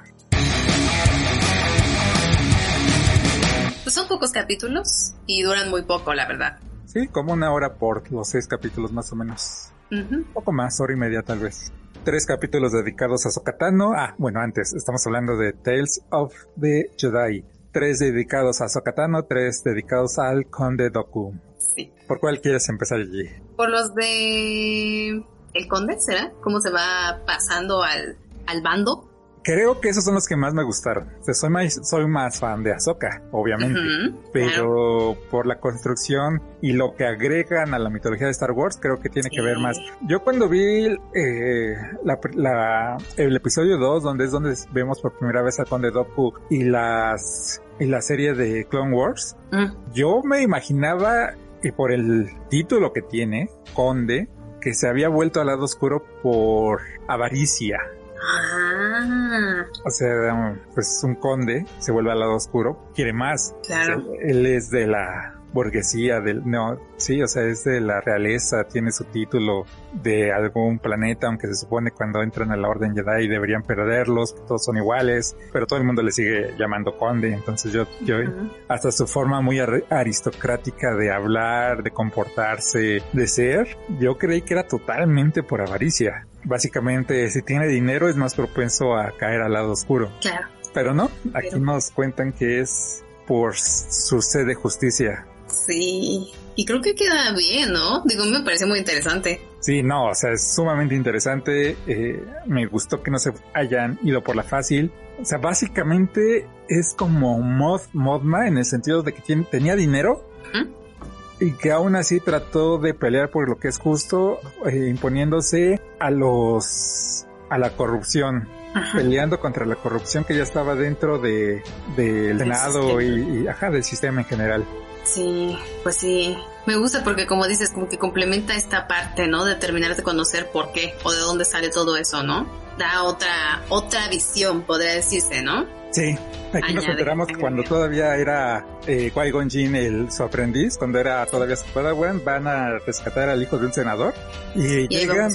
Pues son pocos capítulos y duran muy poco, la verdad. Sí, como 1 hora por los 6 capítulos más o menos. Poco más, 1 hora y media tal vez. 3 capítulos dedicados a Ahsoka Tano. Bueno, antes estamos hablando de Tales of the Jedi. 3 dedicados a Ahsoka Tano, 3 dedicados al Conde Dooku. Sí. ¿Por cuál quieres empezar allí? Por los de el Conde, ¿será? ¿Cómo se va pasando al bando? Creo que esos son los que más me gustaron. O sea, soy más fan de Ahsoka, obviamente. Pero claro, por la construcción y lo que agregan a la mitología de Star Wars, creo que tiene que ver más. Yo cuando vi el episodio 2, donde vemos por primera vez a Conde Dooku y la serie de Clone Wars, yo me imaginaba, y por el título que tiene, Conde, que se había vuelto al lado oscuro por avaricia. O sea, pues un conde se vuelve al lado oscuro, quiere más. Claro. O sea, él es de la burguesía, o sea, es de la realeza, tiene su título de algún planeta, aunque se supone cuando entran a la Orden Jedi deberían perderlos, que todos son iguales, pero todo el mundo le sigue llamando conde. Entonces yo hasta su forma muy aristocrática de hablar, de comportarse, de ser, yo creí que era totalmente por avaricia. Básicamente, si tiene dinero es más propenso a caer al lado oscuro. Claro. Pero no, aquí nos cuentan que es por su sed de justicia. Sí, y creo que queda bien, ¿no? Digo, me parece muy interesante. Sí, no, o sea, es sumamente interesante. Me gustó que no se hayan ido por la fácil. O sea, básicamente es como Mothma en el sentido de que tenía dinero. Y que aún así trató de pelear por lo que es justo, imponiéndose a la corrupción, peleando contra la corrupción que ya estaba dentro del Senado y del sistema en general. Sí, pues sí. Me gusta porque, como dices, como que complementa esta parte, ¿no? De terminar de conocer por qué o de dónde sale todo eso, ¿no? Da otra visión, podría decirse, ¿no? Sí, aquí nos enteramos que cuando todavía era Qui-Gon Jinn su aprendiz, cuando era todavía su Padawan, van a rescatar al hijo de un senador y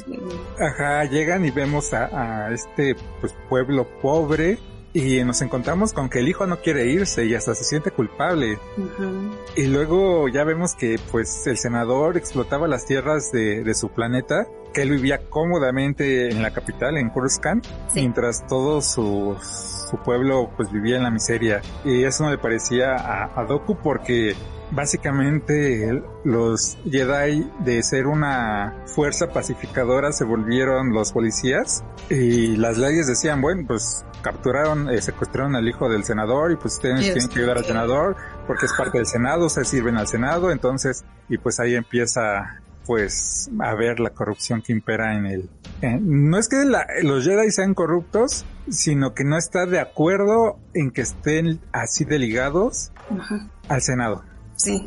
llegan y vemos a este pues pueblo pobre y nos encontramos con que el hijo no quiere irse y hasta se siente culpable. Y luego ya vemos que pues el senador explotaba las tierras de su planeta, que él vivía cómodamente en la capital, en Coruscant, mientras todo su pueblo pues vivía en la miseria. Y eso no le parecía a Dooku porque básicamente los Jedi, de ser una fuerza pacificadora, se volvieron los policías y las leyes decían, bueno, pues secuestraron al hijo del senador y pues ustedes tienen que ayudar al senador porque es parte del Senado, se sirven al Senado. Entonces, y pues ahí empieza pues a ver la corrupción que impera no es que los Jedi sean corruptos, sino que no está de acuerdo en que estén así de ligados al Senado. Sí,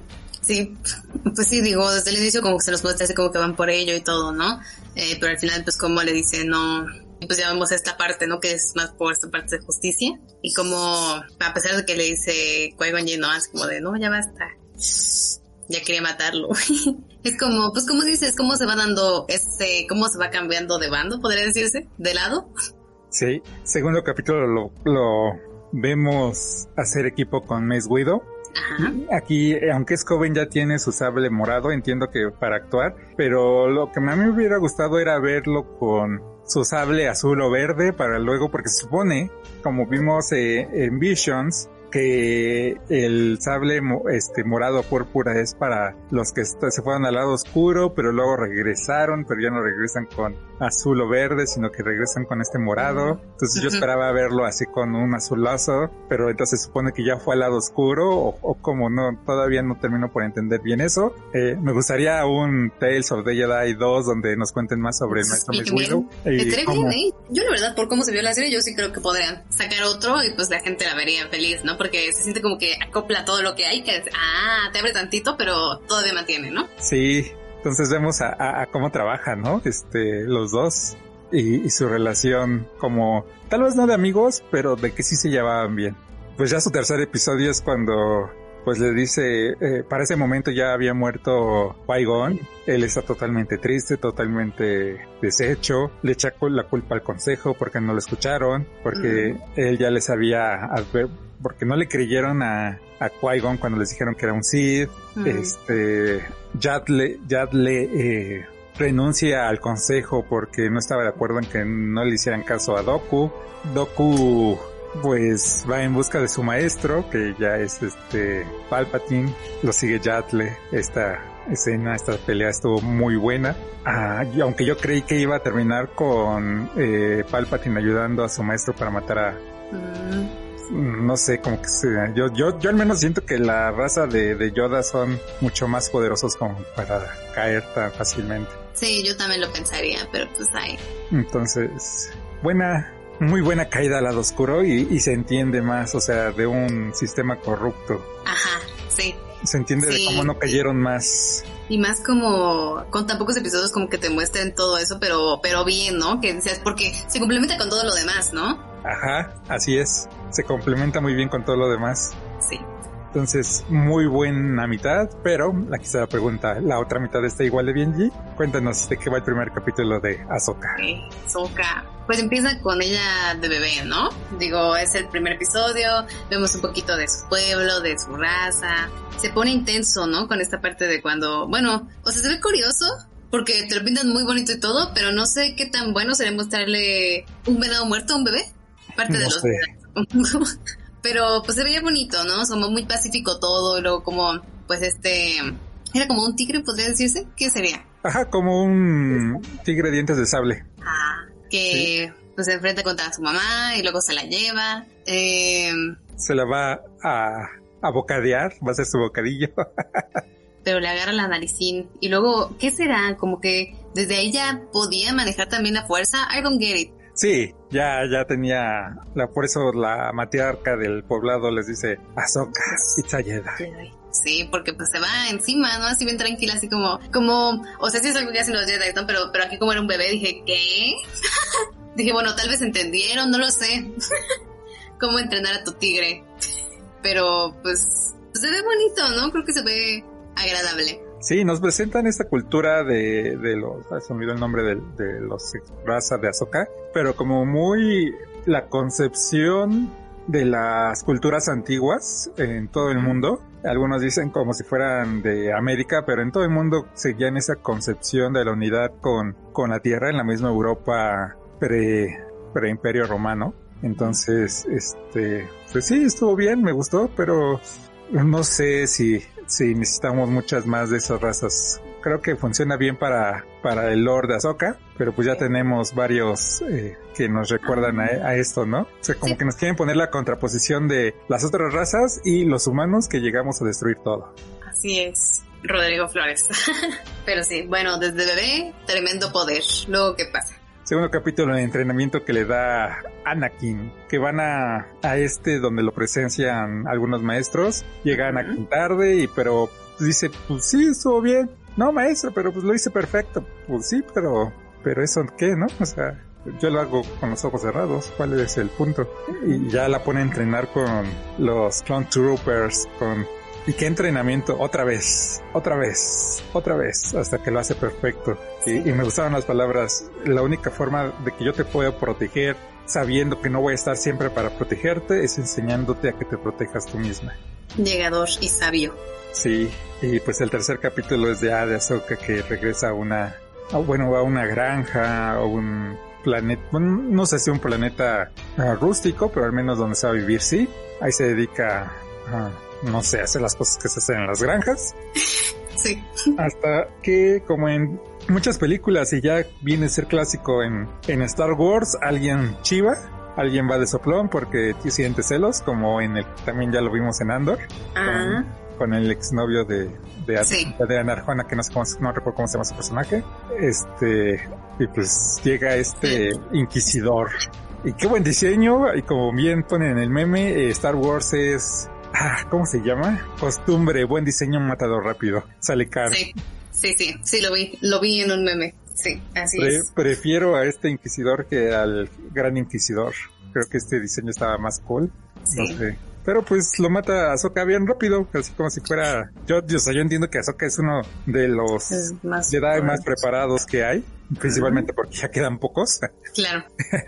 Sí, pues sí, digo, desde el inicio como que se nos muestra así como que van por ello y todo, ¿no? Pero al final pues como le dice, no, y pues ya vemos esta parte, ¿no? Que es más por esta parte de justicia, y como a pesar de que le dice Qui-Gon Jinn, ¿no? Así como de, no, ya basta, ya quería matarlo. Es como, pues como dices, cómo se va dando cómo se va cambiando de bando, podría decirse, de lado. Sí, segundo capítulo lo vemos hacer equipo con Mace Windu. Ajá. Aquí, aunque es joven, ya tiene su sable morado, entiendo que para actuar, pero lo que a mí me hubiera gustado era verlo con su sable azul o verde para luego, porque se supone, como vimos en Visions, que el sable morado púrpura es para los que se fueron al lado oscuro, pero luego regresaron, pero ya no regresan con azul o verde, sino que regresan con este morado. Entonces yo esperaba verlo así con un azulazo, pero entonces se supone que ya fue al lado oscuro, o como no, todavía no termino por entender bien eso. Me gustaría un Tales of the Jedi 2 donde nos cuenten más sobre el maestro Mace Windu. Yo la verdad, por cómo se vio la serie, yo sí creo que podrían sacar otro y pues la gente la vería feliz, ¿no? Porque se siente como que acopla todo lo que hay, que te abre tantito, pero todavía mantiene, ¿no? Sí, entonces vemos a cómo trabajan, ¿no? Los dos y su relación como, tal vez no de amigos, pero de que sí se llevaban bien. Pues ya su tercer episodio es cuando pues le dice, para ese momento ya había muerto Qui-Gon, él está totalmente triste, totalmente deshecho, le echa la culpa al consejo porque no lo escucharon, porque él ya les había porque no le creyeron a Qui-Gon cuando les dijeron que era un Sith. Yadle renuncia al consejo porque no estaba de acuerdo en que no le hicieran caso a Dooku. Dooku pues va en busca de su maestro, que ya es Palpatine, lo sigue Yadle. Esta pelea estuvo muy buena. Y aunque yo creí que iba a terminar con Palpatine ayudando a su maestro para matar a no sé, como que sea. Yo al menos siento que la raza de Yoda son mucho más poderosos como para caer tan fácilmente. Sí, yo también lo pensaría, pero pues ahí. Entonces, muy buena caída al lado oscuro y se entiende más, o sea, de un sistema corrupto. Ajá, sí. Se entiende de cómo no cayeron más. Y más como con tan pocos episodios como que te muestren todo eso, pero bien, ¿no? Que decías, porque se complementa con todo lo demás, ¿no? Ajá, así es. Se complementa muy bien con todo lo demás. Sí. Entonces, muy buena mitad, pero aquí está la pregunta, ¿la otra mitad está igual de bien, G? Cuéntanos de qué va el primer capítulo de Ahsoka. Ahsoka. Pues empieza con ella de bebé, ¿no? Digo, es el primer episodio, vemos un poquito de su pueblo, de su raza. Se pone intenso, ¿no? Con esta parte de cuando, bueno, o sea, se ve curioso, porque te lo pintan muy bonito y todo, pero no sé qué tan bueno sería mostrarle un venado muerto a un bebé. Parte de los pero pues se veía bonito, ¿no? Como muy pacífico todo, y luego como, pues era como un tigre, podría decirse. ¿Qué sería? Ajá, como un tigre dientes de sable. Que sí. Pues se enfrenta contra su mamá y luego se la lleva. Se la va a bocadear, va a ser su bocadillo. Pero le agarra la naricín. Y luego, ¿qué será? Como que desde ahí ya podía manejar también la fuerza. I don't get it. Sí, ya tenía, por eso la matriarca del poblado les dice, Ahsoka, it's a Jedi. Sí, porque pues se va encima, ¿no? Así bien tranquila, así como, o sea, sí es algo que hacen los Jedi, ¿no? Pero aquí como era un bebé, dije, ¿qué? Dije, bueno, tal vez entendieron, no lo sé. Cómo entrenar a tu tigre. Pero pues se ve bonito, ¿no? Creo que se ve agradable. Sí, nos presentan esta cultura de los, se me olvidó el nombre de los raza de Ahsoka, pero como muy la concepción de las culturas antiguas en todo el mundo. Algunos dicen como si fueran de América, pero en todo el mundo seguían esa concepción de la unidad con la tierra en la misma Europa pre-imperio romano. Entonces, pues sí, estuvo bien, me gustó, pero no sé si necesitamos muchas más de esas razas. Creo que funciona bien para el lore de Ahsoka, pero pues ya tenemos varios que nos recuerdan a esto, ¿no? O sea, como que nos quieren poner la contraposición de las otras razas y los humanos que llegamos a destruir todo. Así es, Rodrigo Flores. Pero sí, bueno, desde bebé, tremendo poder. Luego, ¿qué pasa? Segundo capítulo de entrenamiento que le da Anakin, que van a donde lo presencian algunos maestros. Llega Anakin tarde, pero dice, pues sí, estuvo bien. No, maestro, pero pues lo hice perfecto. Pues sí, pero eso ¿qué, no? O sea, yo lo hago con los ojos cerrados. ¿Cuál es el punto? Y ya la pone a entrenar con los Clone Troopers, ¿y qué entrenamiento? Otra vez, hasta que lo hace perfecto. Y me gustaban las palabras, la única forma de que yo te pueda proteger, sabiendo que no voy a estar siempre para protegerte, es enseñándote a que te protejas tú misma. Llegador y sabio. Sí, y pues el tercer capítulo es de Ahsoka, que regresa a una granja o un planeta, bueno, no sé si un planeta rústico, pero al menos donde se va a vivir, sí. Ahí se dedica a, no sé, hacer las cosas que se hacen en las granjas. Sí. Hasta que, como en muchas películas, y ya viene a ser clásico en Star Wars, alguien chiva, alguien va de soplón porque siente celos, como también ya lo vimos en Andor, con el exnovio de Arjona, que no recuerdo cómo se llama su personaje, y pues llega inquisidor. Y qué buen diseño, y como bien ponen en el meme, Star Wars es, ¿cómo se llama? Costumbre, buen diseño, matador rápido. Sale caro. Sí, lo vi en un meme. Sí, así es. Prefiero a este inquisidor que al gran inquisidor. Creo que este diseño estaba más cool. Sí. No sé. Pero pues lo mata a Ahsoka bien rápido, así como si fuera... Yo entiendo que Ahsoka es uno de los Jedi más preparados que hay, principalmente porque ya quedan pocos. Claro.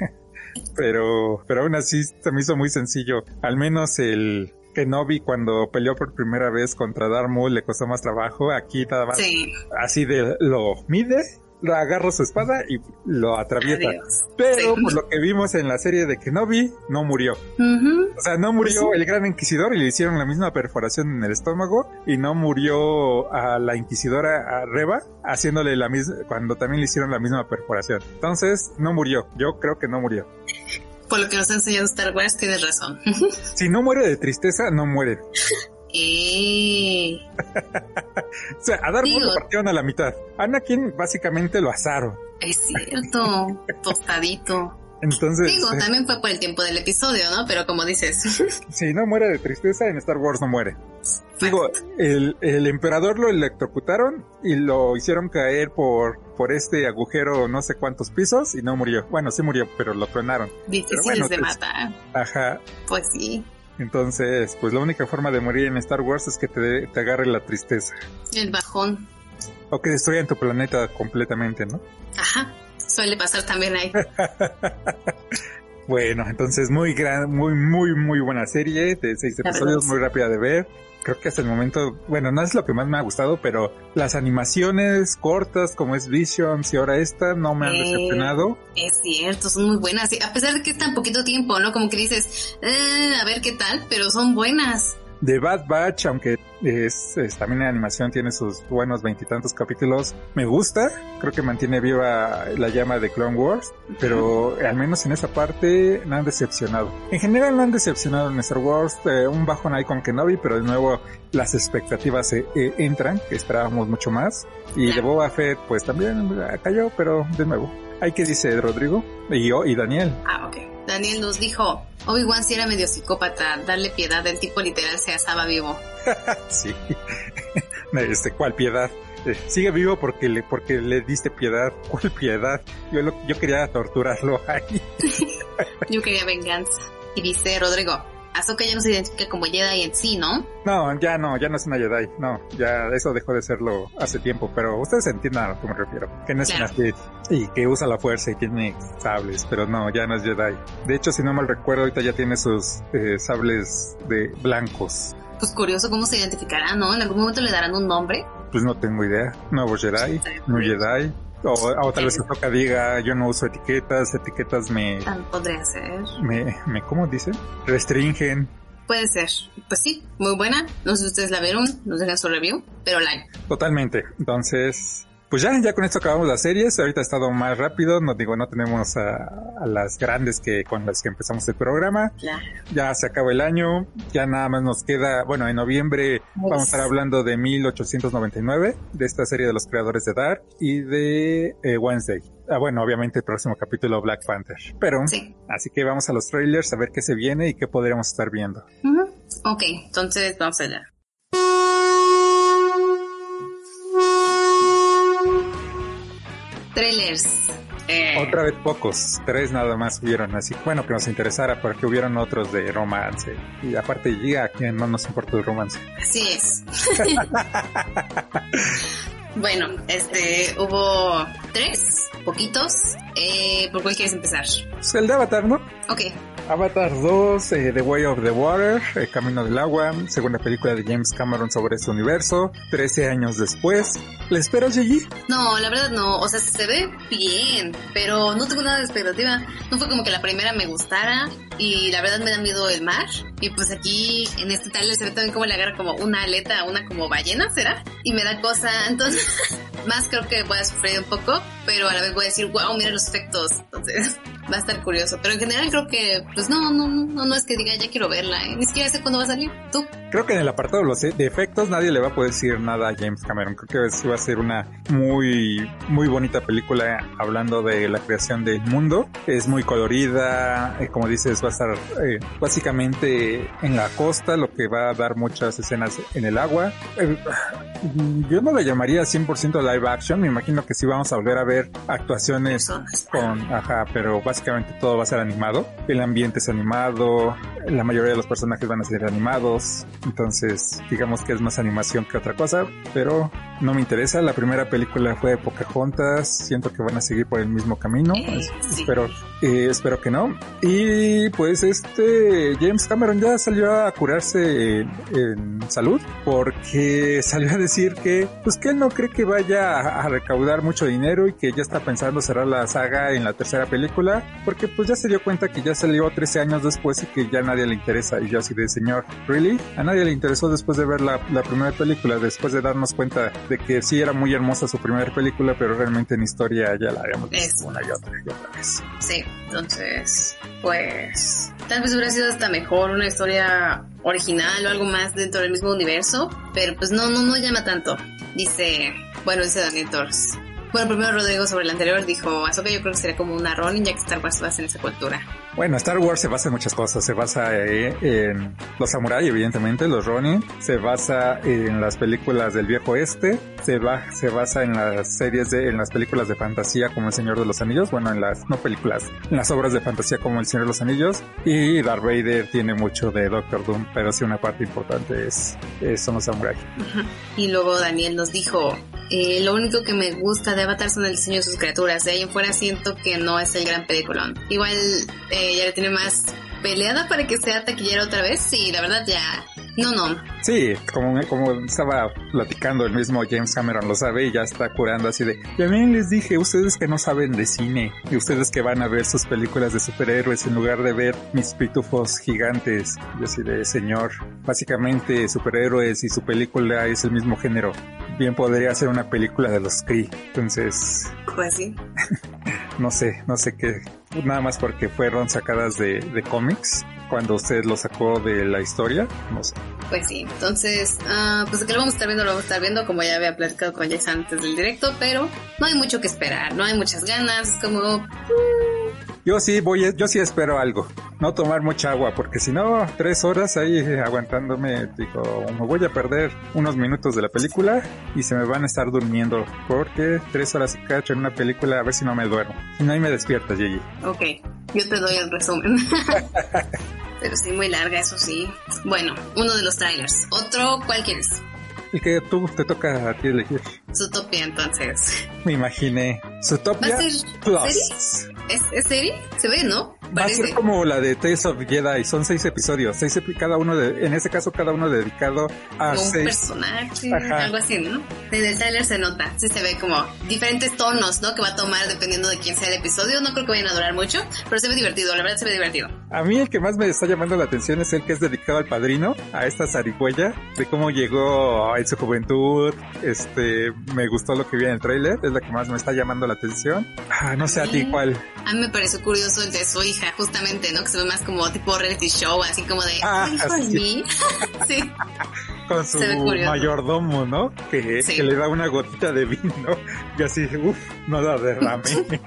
pero aún así se me hizo muy sencillo. Al menos el Kenobi, cuando peleó por primera vez contra Darth Maul, le costó más trabajo. Aquí nada más así lo mide, lo agarra su espada y lo atraviesa. Adiós. Pero por lo que vimos en la serie de Kenobi, no murió. O sea, no murió el gran inquisidor y le hicieron la misma perforación en el estómago, y no murió a la inquisidora, a Reva, haciéndole la misma, cuando también le hicieron la misma perforación. Entonces, no murió. Yo creo que no murió. Por lo que nos ha enseñado Star Wars, tienes razón. Si no muere de tristeza, no muere. O sea, a Darth Maul lo partieron a la mitad. Anakin básicamente lo asaron. Es cierto, tostadito. Entonces, también fue por el tiempo del episodio, ¿no? Pero como dices, si no muere de tristeza, en Star Wars no muere. Digo, el emperador lo electrocutaron y lo hicieron caer por este agujero no sé cuántos pisos y no murió. Bueno, sí murió, pero lo tronaron. Difíciles de matar. Ajá. Pues sí. Entonces, pues la única forma de morir en Star Wars es que te agarre la tristeza. El bajón. O que destruyan tu planeta completamente, ¿no? Ajá, suele pasar también ahí. Bueno, entonces muy buena serie de 6 episodios, muy rápida de ver. Creo que hasta el momento, bueno, no es lo que más me ha gustado, pero las animaciones cortas como es Visions y ahora esta no me han decepcionado. Es cierto, son muy buenas, a pesar de que es tan poquito tiempo, ¿no? Como que dices, a ver qué tal, pero son buenas. The Bad Batch, aunque es también en animación, tiene sus buenos 20 y tantos capítulos, me gusta, creo que mantiene viva la llama de Clone Wars, pero al menos en esa parte no han decepcionado. En general no han decepcionado en Star Wars, un bajón ahí con Kenobi, pero de nuevo las expectativas entran, que esperábamos mucho más, y de Boba Fett pues también cayó, pero de nuevo. ¿Ahí qué dice Rodrigo? Y Daniel. Ok. Daniel nos dijo, Obi-Wan sí era medio psicópata, darle piedad, el tipo literal se asaba vivo. Sí. ¿Cuál piedad? Sigue vivo porque le diste piedad. ¿Cuál piedad? Yo quería torturarlo ahí. Yo quería venganza. Y dice Rodrigo, Ahsoka ya no se identifica como Jedi en sí, ¿no? No, ya no es una Jedi. No, ya eso dejó de serlo hace tiempo. Pero ustedes entiendan a lo que me refiero. Que no es una Sith y que usa la fuerza y tiene sables. Pero no, ya no es Jedi. De hecho, si no mal recuerdo, ahorita ya tiene sus sables de blancos. Pues curioso cómo se identificará, ¿no? ¿En algún momento le darán un nombre? Pues no tengo idea. Nuevo Jedi, no Jedi. O tal vez Ahsoka diga, yo no uso etiquetas me... Podría ser. ¿Cómo dicen? Restringen. Puede ser. Pues sí, muy buena. No sé si ustedes la vieron, nos dejan su review, pero like. Totalmente. Entonces, pues ya con esto acabamos las series. Ahorita ha estado más rápido. No tenemos a las grandes con las que empezamos el programa. Claro. Ya se acaba el año. Ya nada más nos queda, bueno, en noviembre vamos a estar hablando de 1899, de esta serie de los creadores de Dark y de Wednesday. Bueno, obviamente el próximo capítulo Black Panther. Pero, sí. Así que vamos a los trailers a ver qué se viene y qué podríamos estar viendo. Ok, entonces vamos allá. Trailers. Otra vez pocos, 3 nada más hubieron, así bueno que nos interesara, porque hubieron otros de romance. Y aparte ya, a quien no nos importa el romance. Así es. Bueno, hubo 3, poquitos. ¿Por cuál quieres empezar? Pues el de Avatar, ¿no? Ok. Avatar 2, The Way of the Water, El Camino del Agua, segunda película de James Cameron sobre este universo, 13 años después. ¿Le esperas, Gigi? No, la verdad no, o sea, se ve bien, pero no tengo nada de expectativa. No fue como que la primera me gustara y la verdad me da miedo el mar. Y pues aquí en este trailer se ve también como le agarra como una aleta a una como ballena, ¿será? Y me da cosa, entonces más creo que voy a sufrir un poco, pero a la vez voy a decir, wow, mira los efectos, entonces va a estar curioso. Pero en general creo que, pues no es que diga ya quiero verla, ni siquiera sé cuándo va a salir. ¿Tú? Creo que en el apartado de efectos nadie le va a poder decir nada a James Cameron. Creo que sí va a ser una muy bonita película hablando de la creación del mundo. Es muy colorida, como dices, va a estar básicamente en la costa, lo que va a dar muchas escenas en el agua. Yo no la llamaría 100% live action, me imagino que sí vamos a volver a ver actuaciones pero básicamente todo va a ser animado. El ambiente es animado, la mayoría de los personajes van a ser animados, entonces digamos que es más animación que otra cosa, pero no me interesa. La primera película fue Pocahontas, siento que van a seguir por el mismo camino, sí. Espero que no. Y pues James Cameron ya salió a curarse en salud, porque salió a decir que él no cree que vaya a recaudar mucho dinero y que ya está pensando cerrar la saga en la tercera película, porque pues ya se dio cuenta que ya salió 13 años después y que ya a nadie le interesa. Y yo así de, señor, ¿really? A nadie le interesó después de ver la primera película, después de darnos cuenta de que sí era muy hermosa su primera película, pero realmente en historia ya la habíamos visto una y otra vez. Sí, entonces, pues tal vez hubiera sido hasta mejor una historia original o algo más dentro del mismo universo, pero pues no llama tanto. Dice Daniel Torres. Bueno, primero Rodrigo sobre el anterior dijo, Ahsoka yo creo que sería como una Ronin, ya que Star Wars se basa en esa cultura. Bueno, Star Wars se basa en muchas cosas, se basa en los samuráis, evidentemente, los Ronin, se basa en las películas del viejo oeste, se basa en las películas de fantasía como El Señor de los Anillos, en las obras de fantasía como El Señor de los Anillos, y Darth Vader tiene mucho de Doctor Doom, pero sí una parte importante son los samuráis. Uh-huh. Y luego Daniel nos dijo, lo único que me gusta de Avatar son el diseño de sus criaturas, de ahí en fuera siento que no es el gran peliculón. Igual ya le tiene más peleada para que sea taquillera otra vez, y la verdad ya no. Sí, como estaba platicando el mismo James Cameron, lo sabe y ya está curando así de, ya bien les dije, ustedes que no saben de cine y ustedes que van a ver sus películas de superhéroes en lugar de ver mis pitufos gigantes. Yo así de, señor, básicamente superhéroes y su película es el mismo género. Bien podría ser una película de los Kree, entonces... Pues sí. no sé qué, nada más porque fueron sacadas de cómics, cuando usted lo sacó de la historia, no sé. Pues sí, entonces, pues de que lo vamos a estar viendo, como ya había platicado con Jason antes del directo, pero no hay mucho que esperar, no hay muchas ganas, es como... Yo sí espero algo, no tomar mucha agua, porque si no, 3 horas ahí aguantándome, digo, me voy a perder unos minutos de la película y se me van a estar durmiendo, porque 3 horas y cacho en una película, a ver si no me duermo, si no ahí me despiertas, Gigi. Ok, yo te doy el resumen. Pero sí, muy larga, eso sí. Bueno, uno de los trailers. Otro, ¿cuál quieres? El que te toca a ti elegir. Zootopia, entonces. Me imaginé. Zootopia Plus. ¿Es serie? Se ve, ¿no? Va a ser como la de Tales of Jedi. Son 6 episodios. 6 cada uno en ese caso, cada uno dedicado a como 6 un personaje. Ajá. Algo así, ¿no? En el trailer se nota. Sí se ve como diferentes tonos, ¿no? Que va a tomar dependiendo de quién sea el episodio. No creo que vayan a durar mucho, pero se ve divertido. La verdad se ve divertido. A mí el que más me está llamando la atención es el que es dedicado al padrino, a esta zarigüeya, de cómo llegó en su juventud. Me gustó lo que vi en el trailer. Es la que más me está llamando la atención. No sé a ti cuál. A mí me pareció curioso el de su hija, justamente, ¿no? Que se ve más como tipo reality show, así como de... sí. Sí. Con su mayordomo, ¿no? Que le da una gotita de vino. Y así, no la derrame.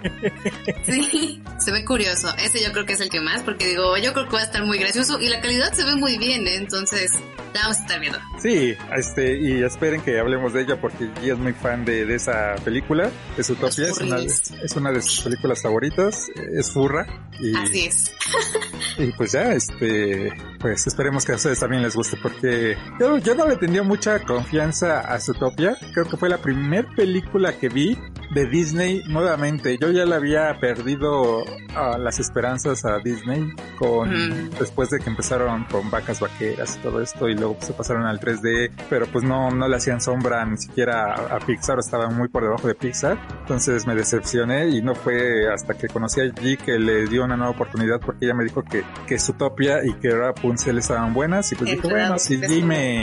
Sí, se ve curioso. Ese yo creo que es el que más, porque digo, yo creo que va a estar muy gracioso y la calidad se ve muy bien, ¿eh? Entonces la vamos a estar viendo. Sí, y esperen que hablemos de ella porque ella es muy fan de esa película, de Zootopia, es una de sus películas favoritas, es furra. Y, así es. Y pues ya, pues esperemos que a ustedes también les guste porque yo no le tenía mucha confianza a Zootopia, creo que fue la primera película que vi de Disney nuevamente. Yo ya le había perdido las esperanzas a Disney después de que empezaron con Vacas Vaqueras y todo esto y luego se pasaron al 3D, pero pues no le hacían sombra ni siquiera a Pixar, estaban muy por debajo de Pixar, entonces me decepcioné y no fue hasta que conocí a G que le dio una nueva oportunidad porque ella me dijo que Zootopia y que Rapunzel estaban buenas y pues dije, bueno, si G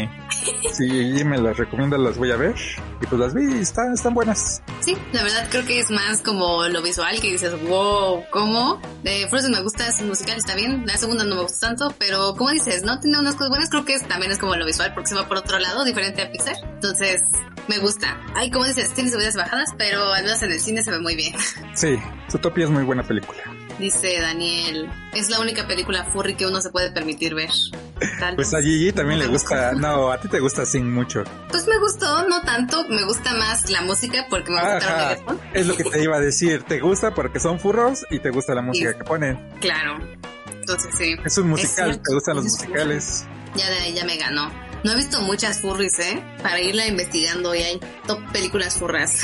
me las recomienda las voy a ver y pues las vi y están buenas. Sí, la verdad creo que es más como lo visual que dices, wow, ¿cómo? De Frozen me gusta, es musical, está bien, la segunda no me gusta tanto, pero como dices, ¿no? Tiene unas cosas buenas, creo que también es como lo visual porque se va por otro lado, diferente a Pixar, entonces me gusta. Ay, como dices, tiene subidas y bajadas, pero al menos en el cine se ve muy bien. Sí, Zootopia es muy buena película. Dice Daniel, es la única película furry que uno se puede permitir ver. Pues a Gigi también le gusta, no, a ti te gusta Sing mucho. Pues me gustó, no tanto, me gusta más la música porque me gusta el reggaetón. Es lo que te iba a decir, te gusta porque son furros y te gusta la música que ponen. Claro, entonces sí. Es un musical, te gustan los musicales. Ya de ahí ya me ganó. No he visto muchas furries, para irla investigando y hay top películas furras.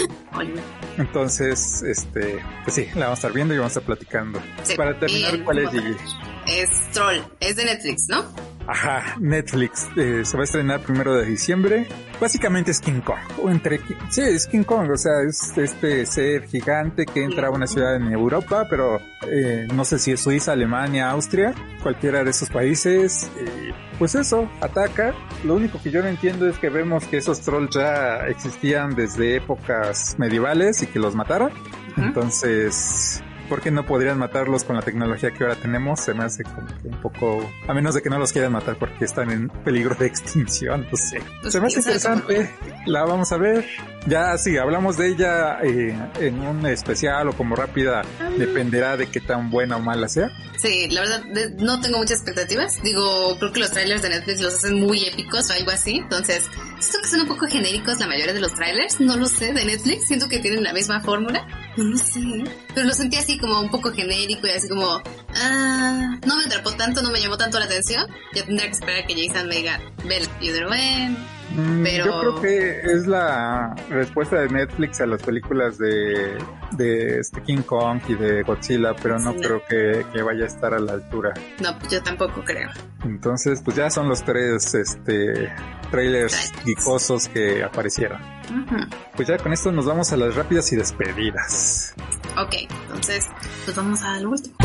Entonces, pues sí, la vamos a estar viendo y vamos a estar platicando. Sí. Para terminar, ¿cuál es, Gigi? Es Troll, es de Netflix, ¿no? Ajá, Netflix, se va a estrenar 1 de diciembre. Básicamente es King Kong, sí, es King Kong, o sea, es este ser gigante que entra a una ciudad en Europa, pero no sé si es Suiza, Alemania, Austria, cualquiera de esos países, pues eso, ataca. Lo único que yo no entiendo es que vemos que esos trolls ya existían desde épocas medievales y que los mataron. Entonces, ¿por qué no podrían matarlos con la tecnología que ahora tenemos? Se me hace como que un poco, a menos de que no los quieran matar porque están en peligro de extinción, no sé. Se me hace interesante, la vamos a ver. Ya si hablamos de ella en un especial o como rápida, dependerá de qué tan buena o mala sea. Sí, la verdad no tengo muchas expectativas. Digo, creo que los trailers de Netflix los hacen muy épicos o algo así. Entonces, siento que son un poco genéricos la mayoría de los trailers. No lo sé, de Netflix. Siento que tienen la misma fórmula. No lo sé. Pero lo sentí así como un poco genérico y así como... no me atrapó tanto, no me llamó tanto la atención. Ya tendré que esperar a que Jason me diga, Bella, pero... Yo creo que es la respuesta de Netflix a las películas de King Kong y de Godzilla, pero no creo que vaya a estar a la altura. No, yo tampoco creo. Entonces, pues ya son los 3 trailers geekosos que aparecieron. Pues ya con esto nos vamos a las rápidas y despedidas. Ok, entonces, pues vamos al último.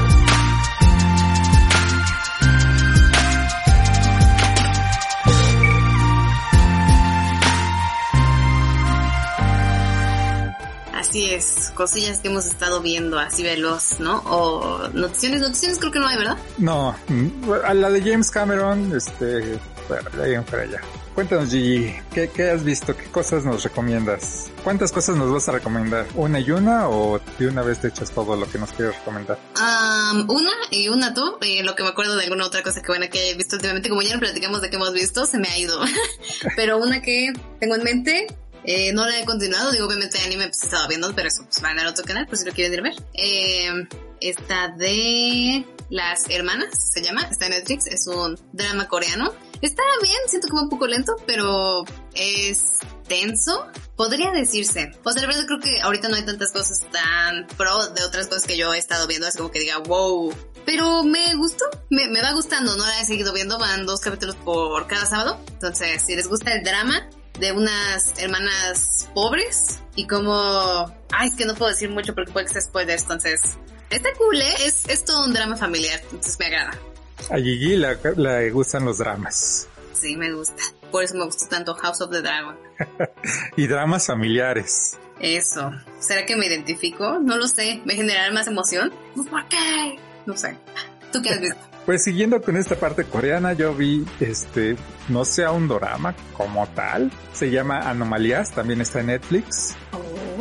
Así es, cosillas que hemos estado viendo así veloz, ¿no? O noticiones creo que no hay, ¿verdad? No, a la de James Cameron, para allá. Cuéntanos, Gigi, ¿qué has visto? ¿Qué cosas nos recomiendas? ¿Cuántas cosas nos vas a recomendar? ¿Una y una o de una vez te echas todo lo que nos quieres recomendar? Una y una tú, lo que me acuerdo de alguna otra cosa que buena que haya visto últimamente, como ya no platicamos de qué hemos visto, se me ha ido. Pero una que tengo en mente... no la he continuado, digo, obviamente anime pues he estado viendo, pero eso pues van al otro canal, pues si lo quieren ir a ver. Esta de Las Hermanas, se llama, está en Netflix, es un drama coreano. Está bien, siento como un poco lento, pero es tenso, podría decirse. O sea, la verdad creo que ahorita no hay tantas cosas tan pro de otras cosas que yo he estado viendo, así como que diga, wow. Pero me gustó, me va gustando, no la he seguido viendo, van 2 capítulos por cada sábado. Entonces, si les gusta el drama de unas hermanas pobres y como... Ay, es que no puedo decir mucho porque puede que sea spoilers, entonces... Está cool, es todo un drama familiar, entonces me agrada. A Gigi le gustan los dramas. Sí, me gusta. Por eso me gustó tanto House of the Dragon. Y dramas familiares. Eso. ¿Será que me identifico? No lo sé. ¿Me generará más emoción? ¿Por qué? No sé. ¿Tú qué has visto? Pues siguiendo con esta parte coreana, yo vi, no sea un dorama como tal. Se llama Anomalías, también está en Netflix. Oh.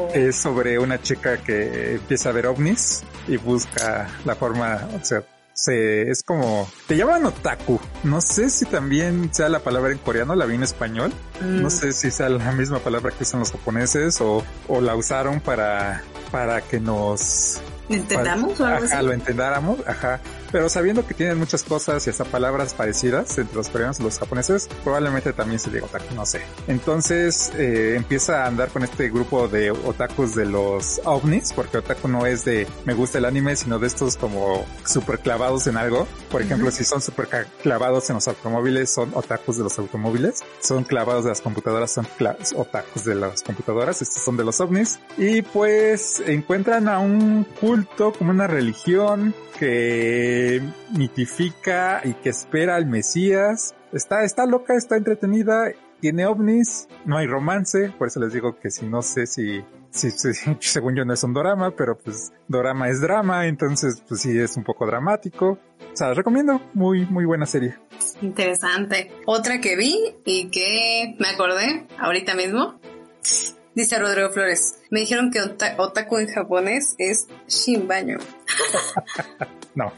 Es sobre una chica que empieza a ver ovnis y busca la forma, o sea, es como, te llaman otaku. No sé si también sea la palabra en coreano, la vi en español. No sé si sea la misma palabra que usan los japoneses o la usaron para que nos... ¿Entendamos o algo así? Lo entendáramos, pero sabiendo que tienen muchas cosas y hasta palabras parecidas entre los coreanos y los japoneses, probablemente también se diga otaku, no sé. Entonces empieza a andar con este grupo de otakus de los ovnis, porque otaku no es de me gusta el anime, sino de estos como super clavados en algo. Por ejemplo, si son super clavados en los automóviles, son otakus de los automóviles. Son clavados de las computadoras, son otakus de las computadoras. Estos son de los ovnis. Y pues encuentran a un culto, como una religión que mitifica y que espera al Mesías. Está loca, está entretenida, tiene ovnis, no hay romance, por eso les digo que no sé si según yo no es un dorama, pero pues dorama es drama, entonces pues sí es un poco dramático. O sea, recomiendo, muy muy buena serie. Interesante. Otra que vi y que me acordé ahorita mismo. Dice Rodrigo Flores, me dijeron que otaku en japonés es shinbaño. No.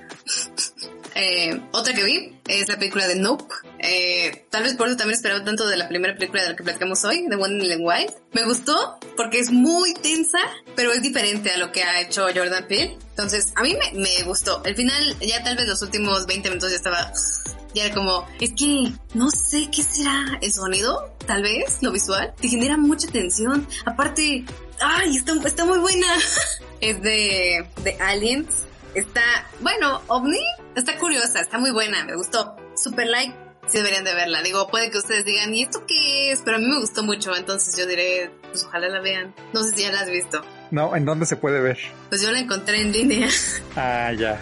Otra que vi es la película de Nope. Tal vez por eso también esperaba tanto de la primera película de la que platicamos hoy, de Wendell White. Me gustó porque es muy tensa, pero es diferente a lo que ha hecho Jordan Peele. Entonces, a mí me gustó. El final, ya tal vez los últimos 20 minutos ya estaba... Ya era como, es que no sé qué será el sonido, tal vez, lo visual, te genera mucha tensión. Aparte, ¡ay! Está muy buena. Es de Aliens. Está, bueno, OVNI, está curiosa, está muy buena, me gustó. Super like, sí deberían de verla. Digo, puede que ustedes digan, ¿y esto qué es? Pero a mí me gustó mucho, entonces yo diré, pues ojalá la vean. No sé si ya la has visto. No, ¿en dónde se puede ver? Pues yo la encontré en línea. Ah, ya.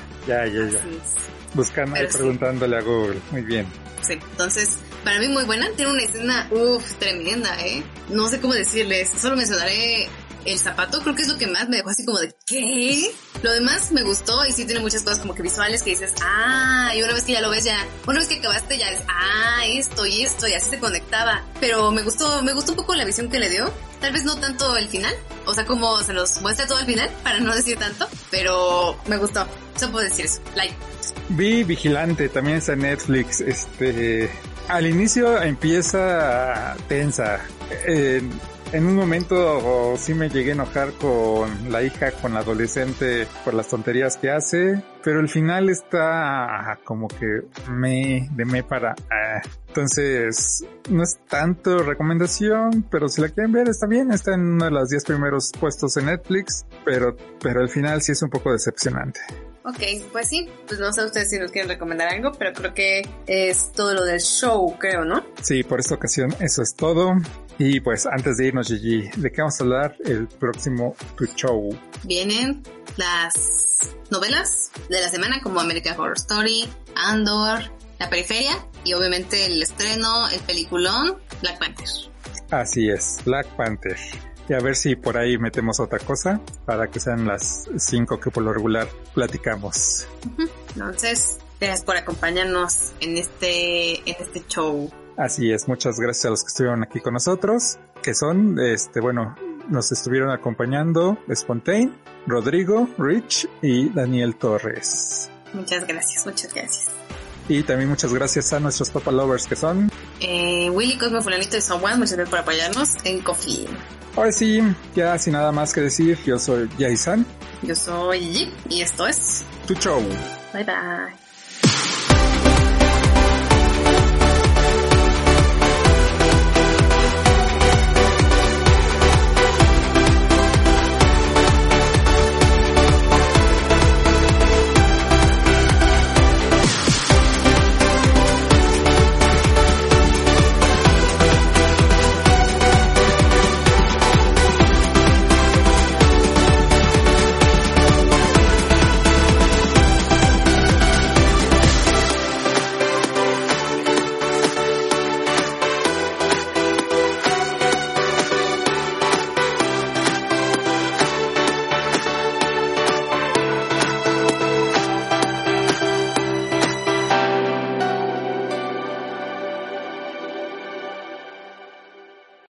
Buscando y preguntándole a Google. Muy bien. Sí, entonces, para mí muy buena. Tiene una escena, tremenda, No sé cómo decirles. Solo mencionaré el zapato. Creo que es lo que más me dejó así como de, ¿qué? Lo demás me gustó y sí tiene muchas cosas como que visuales que dices, y una vez que ya lo ves una vez que acabaste ya es, esto y así se conectaba. Pero me gustó un poco la visión que le dio. Tal vez no tanto el final, o sea, como se nos muestra todo el final, para no decir tanto, pero me gustó. Solo puedo decir eso. Like. Vi Vigilante, también está en Netflix. Al inicio empieza tensa. En un momento sí me llegué a enojar con la hija, con la adolescente, por las tonterías que hace, pero el final está como que para... Entonces, no es tanto recomendación, pero si la quieren ver está bien, está en uno de los 10 primeros puestos en Netflix, pero el final sí es un poco decepcionante. Ok, pues sí, pues no sé ustedes si nos quieren recomendar algo, pero creo que es todo lo del show, creo, ¿no? Sí, por esta ocasión eso es todo. Y pues antes de irnos, Gigi, ¿de qué vamos a hablar el próximo Tu Show? Vienen las novelas de la semana como American Horror Story, Andor, La Periferia y obviamente el estreno, el peliculón, Black Panther. Así es, Black Panther. Y a ver si por ahí metemos otra cosa para que sean las 5 que por lo regular platicamos. Entonces, gracias por acompañarnos en este show. Así es, muchas gracias a los que estuvieron aquí con nosotros, que son, nos estuvieron acompañando Spontaine, Rodrigo, Rich y Daniel Torres. Muchas gracias. Y también muchas gracias a nuestros Papa Lovers que son... Willy, Cosmo, Fulanito y Son One, muchas gracias por apoyarnos en Coffee. Ahora sí, ya sin nada más que decir, yo soy Jaisan. Yo soy Yi y esto es Tu Show. Bye bye.